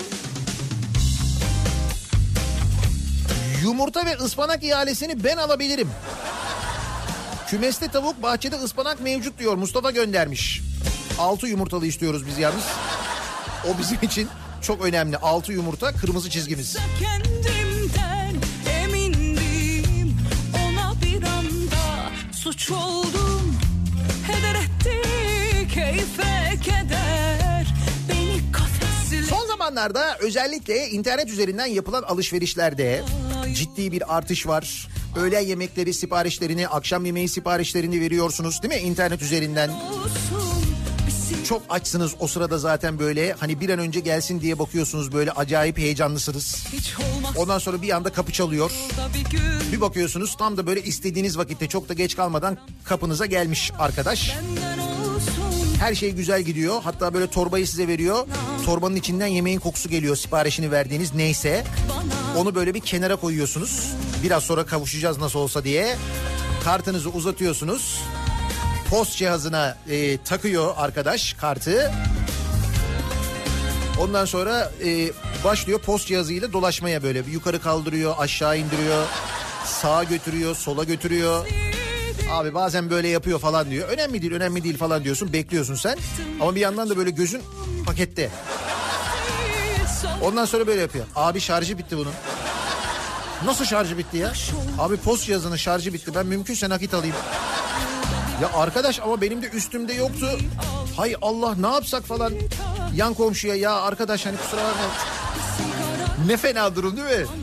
Yumurta ve ıspanak ihalesini ben alabilirim. Kümeste tavuk bahçede ıspanak mevcut diyor Mustafa göndermiş. 6 yumurtalı istiyoruz biz yalnız. O bizim için çok önemli. 6 yumurta kırmızı çizgimiz. Kendimden emindim. Ona bir anda suç oldum. Heder etti keyfe keder. Beni kafesle... Son zamanlarda özellikle internet üzerinden yapılan alışverişlerde ciddi bir artış var. Öğlen yemekleri siparişlerini, akşam yemeği siparişlerini veriyorsunuz değil mi internet üzerinden? Çok açsınız o sırada zaten böyle hani bir an önce gelsin diye bakıyorsunuz böyle acayip heyecanlısınız. Ondan sonra bir anda kapı çalıyor. Bir bakıyorsunuz tam da böyle istediğiniz vakitte çok da geç kalmadan kapınıza gelmiş arkadaş. Her şey güzel gidiyor. Hatta böyle torbayı size veriyor. Torbanın içinden yemeğin kokusu geliyor siparişini verdiğiniz neyse. Onu böyle bir kenara koyuyorsunuz. Biraz sonra kavuşacağız nasıl olsa diye. Kartınızı uzatıyorsunuz. Post cihazına takıyor arkadaş kartı. Ondan sonra başlıyor post cihazıyla dolaşmaya böyle. Bir yukarı kaldırıyor, aşağı indiriyor, sağa götürüyor, sola götürüyor. Abi bazen böyle yapıyor falan diyor. Önemli değil falan diyorsun, bekliyorsun sen. Ama bir yandan da böyle gözün pakette. Ondan sonra böyle yapıyor. Abi şarjı bitti bunun. Nasıl şarjı bitti ya? Abi post cihazının şarjı bitti. Ben mümkünse nakit alayım. Ya arkadaş ama benim de üstümde yoktu. Hay Allah ne yapsak falan. Yan komşuya ya arkadaş hani kusura bakma. Ne fena durum değil mi?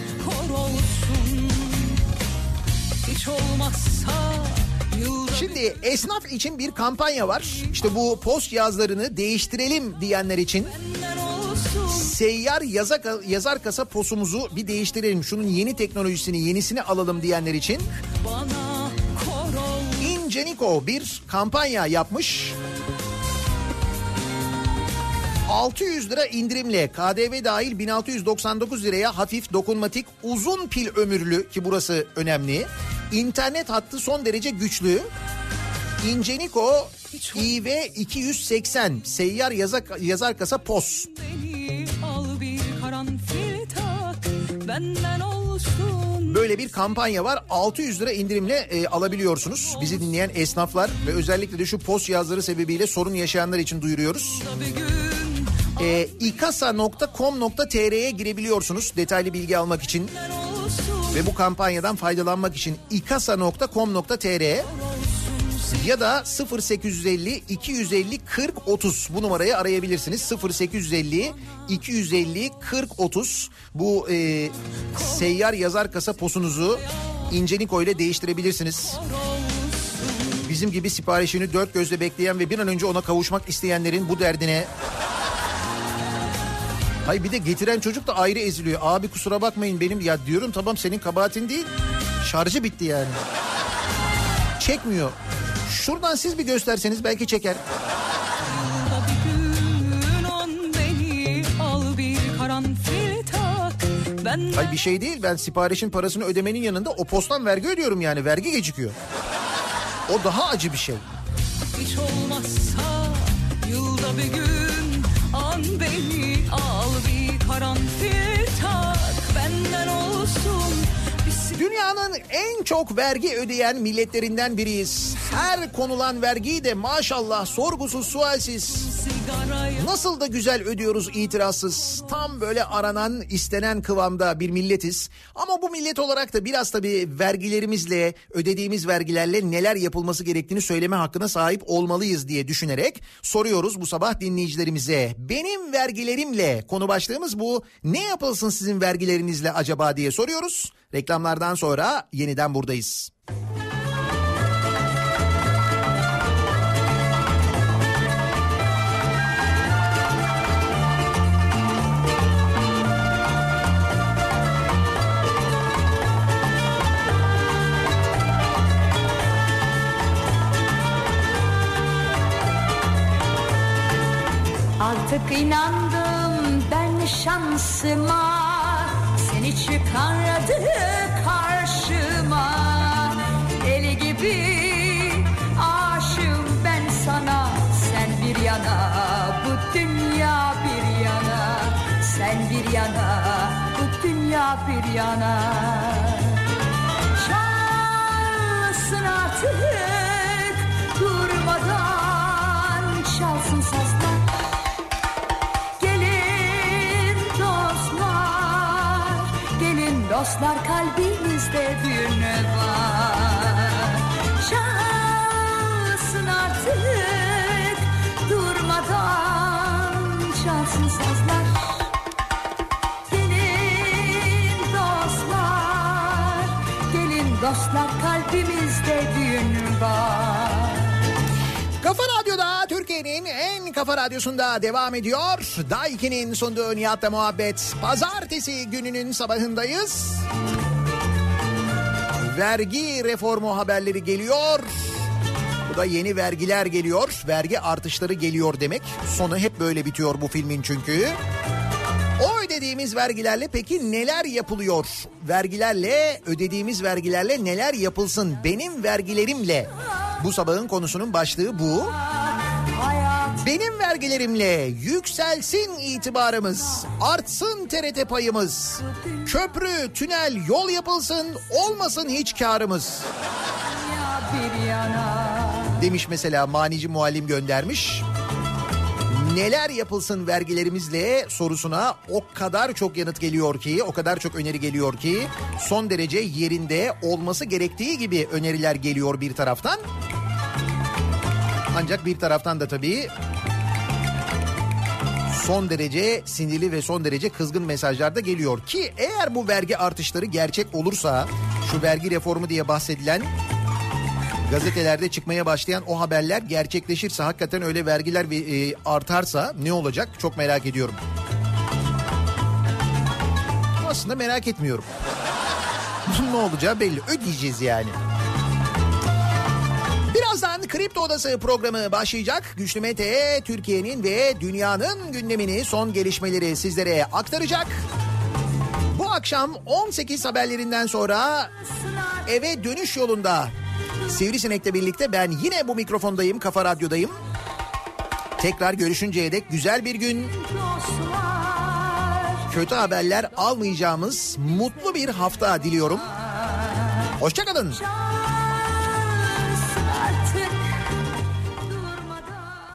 Şimdi esnaf için bir kampanya var. İşte bu post cihazlarını değiştirelim diyenler için seyyar yazar kasa posumuzu bir değiştirelim. Şunun yeni teknolojisini, yenisini alalım diyenler için Ingenico bir kampanya yapmış. 600 lira indirimle KDV dahil 1699 liraya hafif dokunmatik uzun pil ömürlü ki burası önemli. İnternet hattı son derece güçlü. Ingenico IV280 seyyar yazar kasa POS. Böyle bir kampanya var. 600 lira indirimle alabiliyorsunuz. Bizi dinleyen esnaflar ve özellikle de şu POS cihazları sebebiyle sorun yaşayanlar için duyuruyoruz. ikasa.com.tr'ye girebiliyorsunuz detaylı bilgi almak için ve bu kampanyadan faydalanmak için ikasa.com.tr ya da 0850 250 40 30 bu numarayı arayabilirsiniz. 0850 250 40 30 bu seyyar yazar kasa posunuzu Ingenico ile değiştirebilirsiniz. Bizim gibi siparişini dört gözle bekleyen ve bir an önce ona kavuşmak isteyenlerin bu derdine... Hayır bir de getiren çocuk da ayrı eziliyor. Abi kusura bakmayın benim ya diyorum tamam senin kabahatin değil. Şarjı bitti yani. çekmiyor. Şuradan siz bir gösterseniz belki çeker. Hayır bir şey değil, ben siparişin parasını ödemenin yanında o posttan vergi ödüyorum yani, vergi gecikiyor. O daha acı bir şey. Hiç olmazsa yılda bir gün an beni al, bir karanfil tak benden olsun. Dünyanın en çok vergi ödeyen milletlerinden biriyiz. Her konulan vergiyi de maşallah sorgusuz sualsiz. Nasıl da güzel ödüyoruz itirazsız. Tam böyle aranan, istenen kıvamda bir milletiz. Ama bu millet olarak da biraz tabii vergilerimizle, ödediğimiz vergilerle neler yapılması gerektiğini söyleme hakkına sahip olmalıyız diye düşünerek soruyoruz bu sabah dinleyicilerimize. Benim vergilerimle, konu başlığımız bu. Ne yapılsın sizin vergilerinizle acaba diye soruyoruz. Reklamlardan sonra yeniden buradayız. Artık inandım ben şansıma, seni çıkardı karşıma. Deli gibi aşığım ben sana, sen bir yana bu dünya bir yana, sen bir yana bu dünya bir yana. Çalsın artık durmadan, çalsın sazlar. Dostlar kalbimizde düğün var. Çalsın artık durmadan, çalsın sazlar. Gelin dostlar kalbimizde düğün var. Kafa Radyo'da, Türkiye'nin en kafa radyosunda devam ediyor. Daiki'nin sunduğu Nihat'la Muhabbet. Pazartesi gününün sabahındayız. Vergi reformu haberleri geliyor. Bu da yeni vergiler geliyor. Vergi artışları geliyor demek. Sonu hep böyle bitiyor bu filmin çünkü. O ödediğimiz vergilerle peki neler yapılıyor? Vergilerle, ödediğimiz vergilerle neler yapılsın? Benim vergilerimle. Bu sabahın konusunun başlığı bu. Benim vergilerimle yükselsin itibarımız, artsın TRT payımız, köprü, tünel, yol yapılsın, olmasın hiç kârımız. Demiş mesela Manici Muallim göndermiş. Neler yapılsın vergilerimizle sorusuna o kadar çok yanıt geliyor ki, o kadar çok öneri geliyor ki, son derece yerinde, olması gerektiği gibi öneriler geliyor bir taraftan. Ancak bir taraftan da tabii son derece sinirli ve son derece kızgın mesajlar da geliyor ki eğer bu vergi artışları gerçek olursa, şu vergi reformu diye bahsedilen, gazetelerde çıkmaya başlayan o haberler gerçekleşirse, hakikaten öyle vergiler artarsa ne olacak çok merak ediyorum. Aslında merak etmiyorum. Ne olacağı belli, ödeyeceğiz yani. Birazdan Kripto Odası programı başlayacak. Güçlü Mete Türkiye'nin ve dünyanın gündemini, son gelişmeleri sizlere aktaracak. Bu akşam 18 haberlerinden sonra eve dönüş yolunda Sivrisinek'le birlikte ben yine bu mikrofondayım, Kafa Radyo'dayım. Tekrar görüşünceye dek güzel bir gün, kötü haberler almayacağımız mutlu bir hafta diliyorum. Hoşça kalın.